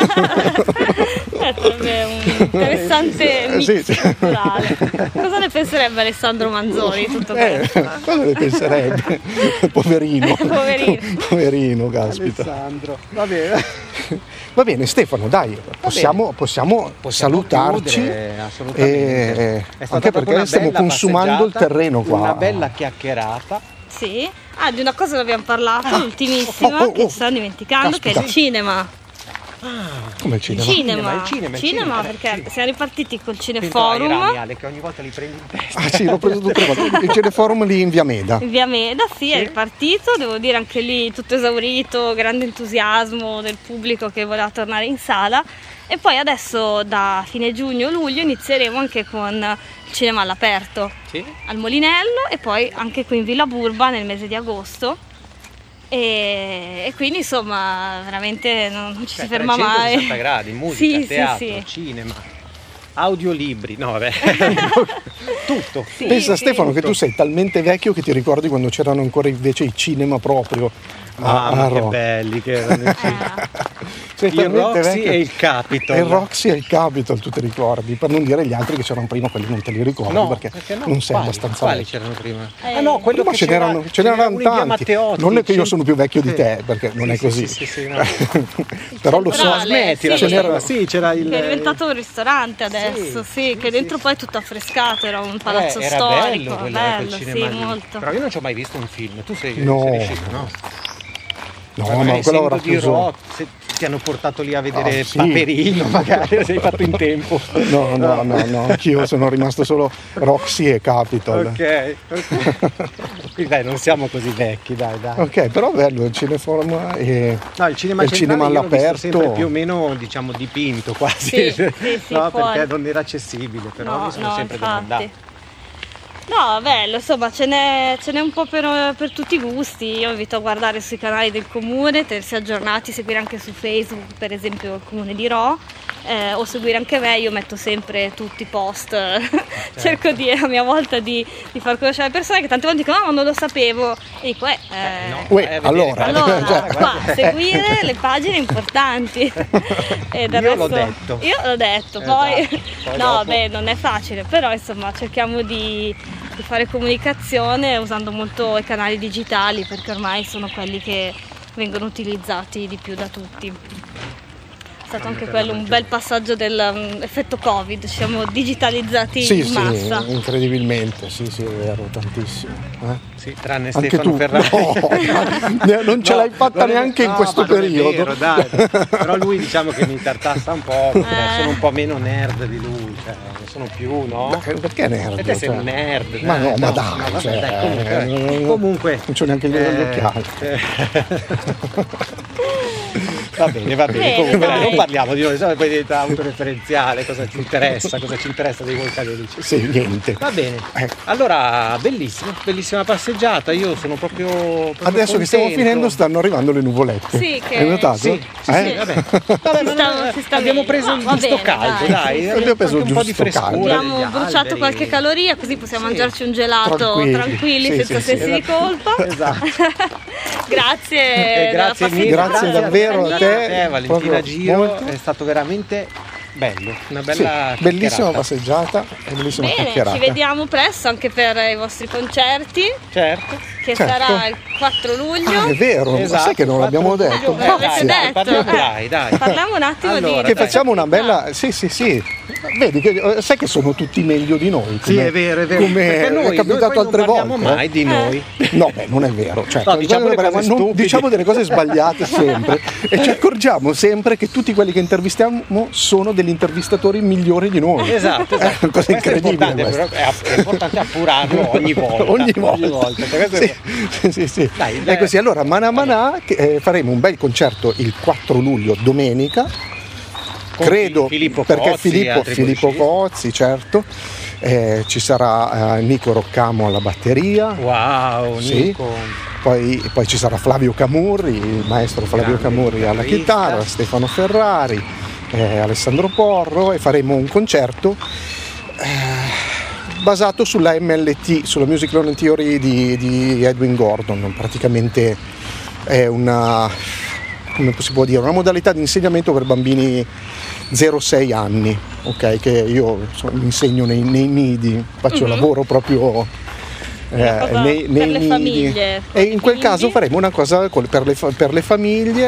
D: È proprio un interessante mix
B: Sì, sì.
D: culturale. Cosa ne penserebbe Alessandro Manzoni di tutto
B: Eh,
D: questo?
B: cosa ne penserebbe? Poverino.
D: Poverino.
B: Poverino, caspita.
C: Alessandro, va bene.
B: Va bene, Stefano, dai, possiamo, possiamo,
C: Possiamo
B: salutarci.
C: chiudere, assolutamente.
B: eh,
C: È stata
B: anche
C: proprio
B: perché
C: una
B: stiamo
C: bella
B: consumando il
C: passeggiata,
B: terreno qua.
C: Una bella chiacchierata.
D: Sì. Ah, di una cosa che abbiamo parlato, l'ultimissima,
B: oh, oh,
D: che
B: oh.
D: ci stiamo dimenticando, che è
B: Caspita.
D: il cinema.
B: Come il
D: Il
B: cinema?
D: cinema,
C: il cinema, il
D: cinema,
C: cinema,
D: perché
C: sì.
D: siamo ripartiti col
C: Attento ai
D: Cineforum
C: rami, Ale, che ogni volta li prendi in testa.
B: Ah sì, l'ho preso tutte le volte. Il Cineforum lì in via Meda.
D: in via Meda, sì, è ripartito, devo dire anche lì tutto esaurito, grande entusiasmo del pubblico che voleva tornare in sala. E poi adesso da fine giugno-luglio inizieremo anche con il cinema all'aperto,
C: Sì?
D: al Molinello, e poi anche qui in Villa Burba nel mese di agosto. E, e quindi insomma veramente non, non ci
C: Cioè,
D: si ferma
C: trecentosessanta
D: mai.
C: gradi, musica,
D: Sì, sì,
C: teatro,
D: sì.
C: cinema, audiolibri, no vabbè, tutto.
D: Sì,
B: Pensa
D: sì.
B: Stefano che tu sei talmente vecchio che ti ricordi quando c'erano ancora invece i cinema proprio a, a
C: Mamma che
B: Roma.
C: belli che erano i cinema.
D: Eh,
B: Sei
C: Il
B: talmente
C: Roxy
B: vecchio-
C: e il Capitol.
B: E il Roxy e il Capitol tu ti ricordi, per non dire gli altri che c'erano prima, quelli non te li ricordi
C: No,
B: perché,
C: no?
B: non sei
C: Quali?
B: abbastanza
C: Quali
B: vecchio.
C: c'erano prima?
D: Eh,
C: Ah no, quello
B: Prima
C: che
B: ce
C: c'era,
B: n'erano, ce n'erano
C: uno in via
B: tanti.
C: Matteotti,
B: Non è che io
C: cin-
B: sono più vecchio di
C: Sì.
B: te, perché non è
C: Sì,
B: così.
C: sì, sì, sì, no.
B: Però lo so.
D: Centrale,
C: Smettila,
D: sì.
C: questa
B: Ce n'era-
C: cosa. Sì, c'era il
D: che è diventato un ristorante adesso, sì,
C: Sì,
D: che
C: sì,
D: dentro
C: sì.
D: poi è tutto affrescato, era un palazzo
C: Eh, era
D: storico,
C: bello, quel,
D: bello,
C: quel
D: sì,
C: cinema lì.
D: molto.
C: Però io non ci ho mai visto un film. Tu sei,
B: No.
C: sei riuscito, no?
B: No,
C: Magari
B: ma quello
C: essendo
B: ora
C: di
B: chiuso.
C: rock, se ti hanno portato lì a vedere
B: Ah, sì.
C: Paperino, magari sei fatto in tempo.
B: No, no, no, no, anch'io sono rimasto solo Roxy e Capitol.
C: Ok, ok. Quindi dai, non siamo così vecchi, dai, dai.
B: Ok, però bello il Cineforum e
C: No, il cinema
B: il
C: centrale
B: cinema
C: io l'ho visto
B: all'aperto.
C: sempre più o meno, diciamo, dipinto quasi.
D: Sì, sì, sì,
C: no,
D: fuori.
C: perché non era accessibile, però
D: No,
C: mi sono
D: no,
C: sempre
D: infatti.
C: domandato.
D: No, bello, insomma, ce n'è, ce n'è un po' per, per tutti i gusti. Io invito a guardare sui canali del comune, tenersi aggiornati, seguire anche su Facebook, per esempio il comune di Ro, eh, o seguire anche me. Io metto sempre tutti i post, cerco di, a mia volta di, di far conoscere le persone che tante volte dicono no, ma non lo sapevo. E dico, eh, eh,
C: no.
B: Uè,
C: Eh, vedere,
B: allora,
D: allora,
B: cioè,
D: qua, seguire le pagine importanti. E del
C: Io l'ho
D: resto-
C: detto.
D: Io l'ho detto,
C: Esatto.
D: poi,
C: Poi
D: no,
C: dopo-
D: beh, non è facile, però insomma cerchiamo di, di fare comunicazione usando molto i canali digitali, perché ormai sono quelli che vengono utilizzati di più da tutti. È stato anche quello un bel passaggio dell'effetto Covid, ci siamo digitalizzati
B: sì,
D: in
B: sì,
D: massa.
B: incredibilmente, sì, sì, è vero, tantissimo. eh.
C: Sì, tranne
B: Anche
C: Stefano
B: tu,
C: Ferrari.
B: no, non ce
C: No,
B: l'hai fatta
C: non è-
B: neanche in
C: no,
B: questo
C: ma non è
B: periodo.
C: vero, dai. Però lui diciamo che mi tartassa un po', perché
D: Eh.
C: sono un po' meno nerd di lui, cioè non sono più, no?
B: Ma perché nerd?
C: Perché sei
B: cioè?
C: un nerd.
B: Ma
C: dai,
B: no, ma dai,
C: no, vabbè,
B: cioè,
C: dai, comunque,
B: eh,
C: comunque
B: non c'ho neanche gli
C: eh,
B: occhiali.
C: eh, va bene, va bene,
D: Bene,
C: comunque dai,
D: dai.
C: non parliamo di noi, sennò poi diventa autoreferenziale, cosa ci interessa, cosa ci interessa dei vulcanici.
B: Sì, niente.
C: Va bene,
B: Ecco.
C: allora bellissimo, bellissima passeggiata, io sono proprio, proprio
B: Adesso che stiamo
C: contento.
B: finendo stanno arrivando le nuvolette.
D: Sì, che-
B: Hai notato?
C: Sì, sì,
B: Eh?
C: sì, vabbè. Vabbè,
D: Si
C: ma
D: sta-
C: non-
D: si sta
C: abbiamo
D: bene.
C: preso
D: No,
C: il
D: va
C: giusto
D: bene,
C: caldo,
D: dai.
C: dai,
B: Abbiamo preso
C: anche
B: il
C: un po' di
B: giusto caldo.
C: frescura.
D: Abbiamo
C: degli
D: bruciato
C: alberi.
D: qualche caloria, così possiamo
C: Sì.
D: mangiarci un gelato
B: Tranquilli.
D: tranquilli,
B: Sì,
D: senza
B: sì, sì.
D: sensi di colpa.
C: Esatto.
D: Grazie,
C: Eh,
D: della
C: grazie mille,
D: passeggiata.
B: Grazie davvero a
C: a
B: te.
C: te, Valentina
B: proprio
C: Giro,
B: molto.
C: è stato veramente bello, una
B: Sì,
C: bella
B: bellissima
C: chiacchierata.
B: passeggiata e bellissima
D: Bene,
B: chiacchierata.
D: ci vediamo presto anche per i vostri concerti.
C: Certo.
D: che
B: certo.
D: sarà il quattro luglio.
B: Ah, è vero,
C: Esatto,
B: sai che non l'abbiamo
C: quattro
B: detto.
C: luglio. Eh,
D: L'avete
C: dai,
D: detto?
C: parliamo,
D: Eh.
C: dai, dai.
D: Parliamo un attimo
C: Allora,
D: di
B: Che
C: dai.
B: facciamo una bella. Sì, sì, sì. Vedi che sai che sono tutti meglio di noi.
C: Sì,
B: come-
C: è vero, è vero.
B: Come
C: Perché noi,
B: è capitato
C: noi poi
B: altre
C: non parliamo
B: volte.
C: mai di noi.
B: No, beh, non è vero. Cioè,
C: No, diciamo le
B: non-
C: cose
B: non-
C: stupide.
B: diciamo delle cose sbagliate sempre e ci accorgiamo sempre che tutti quelli che intervistiamo sono degli intervistatori migliori di noi.
C: Esatto, esatto.
B: È una cosa
C: Questo è
B: incredibile.
C: importante,
B: questa.
C: però è, è importante appurarlo ogni volta.
B: Ogni volta,
C: volta. Cioè, questo è-
B: Sì, sì, sì.
C: Dai,
B: È
C: dai.
B: così. Allora, Manà Manà, che, eh, faremo un bel concerto il quattro luglio, domenica.
C: Con
B: Credo
C: Filippo
B: perché
C: Cozzi e
B: Filippo,
C: altri
B: Filippo
C: musicisti.
B: Cozzi, certo. Eh, ci sarà eh, Nico Roccamo alla batteria.
C: Wow,
B: Sì.
C: Nico.
B: Poi, poi ci sarà Flavio Camurri, il maestro Flavio
C: Grande
B: Camurri alla
C: chitarrista.
B: chitarra, Stefano Ferrari, eh, Alessandro Porro, e faremo un concerto eh, basato sulla M L T, sulla Music Learning Theory di, di Edwin Gordon. Praticamente è una, come si può dire, una modalità di insegnamento per bambini zero sei anni, ok? Che io insomma, insegno nei, nei nidi, faccio
D: Mhm.
B: lavoro proprio eh,
D: Una cosa
B: nei,
D: per
B: nei
D: le
B: nidi.
D: famiglie,
B: E in quel
D: quindi?
B: caso faremo una cosa col- per le, fa- per le famiglie,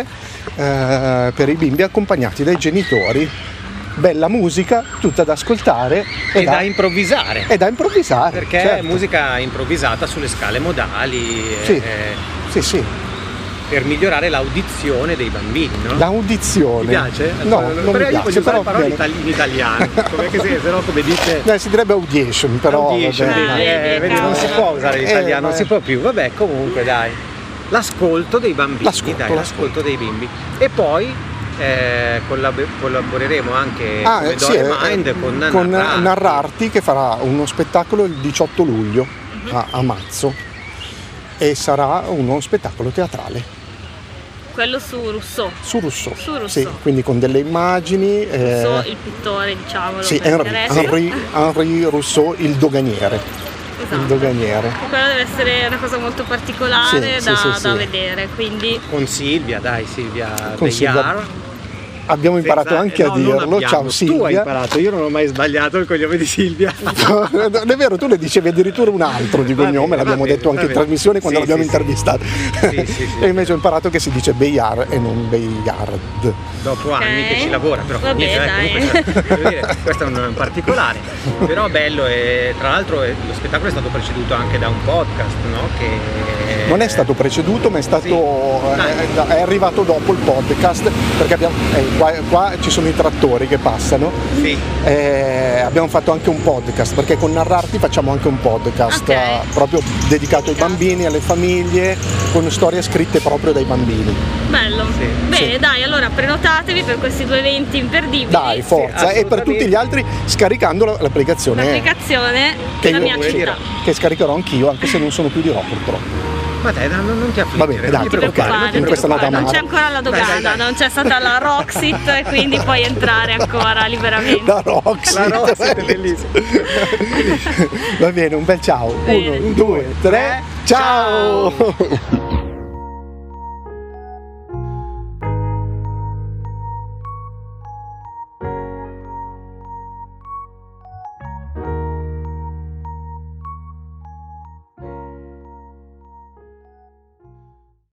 B: eh, per i bimbi accompagnati dai genitori. Bella musica, tutta da ascoltare
C: E da improvvisare.
B: e da improvvisare.
C: Perché
B: certo.
C: è musica improvvisata sulle scale modali,
B: Sì.
C: eh,
B: Sì, sì,
C: per migliorare l'audizione dei bambini, no?
B: l'audizione.
C: Ti piace?
B: No,
C: Però
B: non mi
C: io voglio
B: piace,
C: usare
B: però
C: parole
B: bene.
C: itali- in italiano, come che se, se no come dice
B: Eh, si direbbe audition, però
C: audition,
B: vabbè.
D: Ah,
C: vedi, eh,
D: vedi,
C: vedi, non si
D: cavolo.
C: può usare
B: Eh,
C: l'italiano, non
B: ma-
C: si può più. Vabbè, comunque dai. L'ascolto dei bambini,
B: L'ascolto,
C: dai,
B: l'ascolto.
C: l'ascolto dei bimbi. E poi eh, collab- collaboreremo anche
B: Ah,
C: come
B: eh, sì,
C: Dore
B: eh,
C: Mind con,
B: con
C: Narrarti.
B: Narrarti, che farà uno spettacolo il diciotto luglio a, a Mazzo, e sarà uno spettacolo teatrale
D: Quello su Rousseau.
B: su Rousseau.
D: Su Rousseau.
B: Sì, quindi con delle immagini. eh,
D: Rousseau, il pittore, diciamolo.
B: sì,
D: per
B: Henri,
D: interesse.
B: Henri, Henri Rousseau, il doganiere.
D: Esatto.
B: Il doganiere.
D: Quello deve essere una cosa molto particolare
B: Sì,
D: da,
B: sì, sì,
D: da
B: sì.
D: vedere, quindi
C: Con Silvia, dai, Silvia
B: Con Silvia.
C: Begliar.
B: Abbiamo imparato
C: Senza-
B: anche a
C: no, non
B: dirlo.
C: abbiamo.
B: Ciao
C: Tu hai
B: Silvia.
C: imparato, io non ho mai sbagliato il cognome di Silvia.
B: Non è vero, tu le dicevi addirittura un altro di
C: Va
B: cognome,
C: bene,
B: l'abbiamo
C: va bene,
B: detto anche
C: va
B: in
C: bene.
B: trasmissione quando
C: Sì,
B: l'abbiamo
C: sì, sì.
B: intervistato.
C: Sì, sì, sì.
B: E invece ho imparato che si dice Beillard e non Beillard.
C: Dopo anni che ci lavora, però
D: Vabbè,
C: niente, dai,
D: dai.
C: comunque, devo dire, questo è un particolare, però bello, e tra l'altro eh, lo spettacolo è stato preceduto anche da un podcast, no? Che
B: Non è stato preceduto, ma è stato
C: Sì.
B: è, è arrivato dopo il podcast, perché abbiamo, eh, qua, qua ci sono i trattori che passano.
C: Sì.
B: Eh, abbiamo fatto anche un podcast, perché con Narrarti facciamo anche un podcast
D: Ok.
B: eh, proprio dedicato ai bambini, alle famiglie, con storie scritte proprio dai bambini.
D: bello.
C: Sì.
D: Bene,
B: Sì.
D: dai, allora prenotatevi per questi due eventi imperdibili.
B: Dai, forza!
C: Sì,
B: E per tutti gli altri scaricando la- l'applicazione
D: L'applicazione
B: che
D: della
B: io-
D: mia
C: vuole
D: città.
C: dire.
B: che scaricherò anch'io, anche se non sono più di Rho purtroppo.
C: Ma dai, non, non ti affliggere,
B: Va bene,
C: non
B: dai,
C: ti
B: ti
C: preoccupare, non ti
B: preoccupare, questa è una
C: preoccupare.
D: Non c'è
B: Tamara.
D: ancora la
C: Dai,
D: dogana,
C: dai, dai.
D: non c'è stata la Roxit e quindi puoi entrare ancora liberamente.
B: Da Roxy.
C: La Roxy è bellissima.
B: Va bene, un bel ciao.
D: Bene.
B: Uno, due, tre, ciao.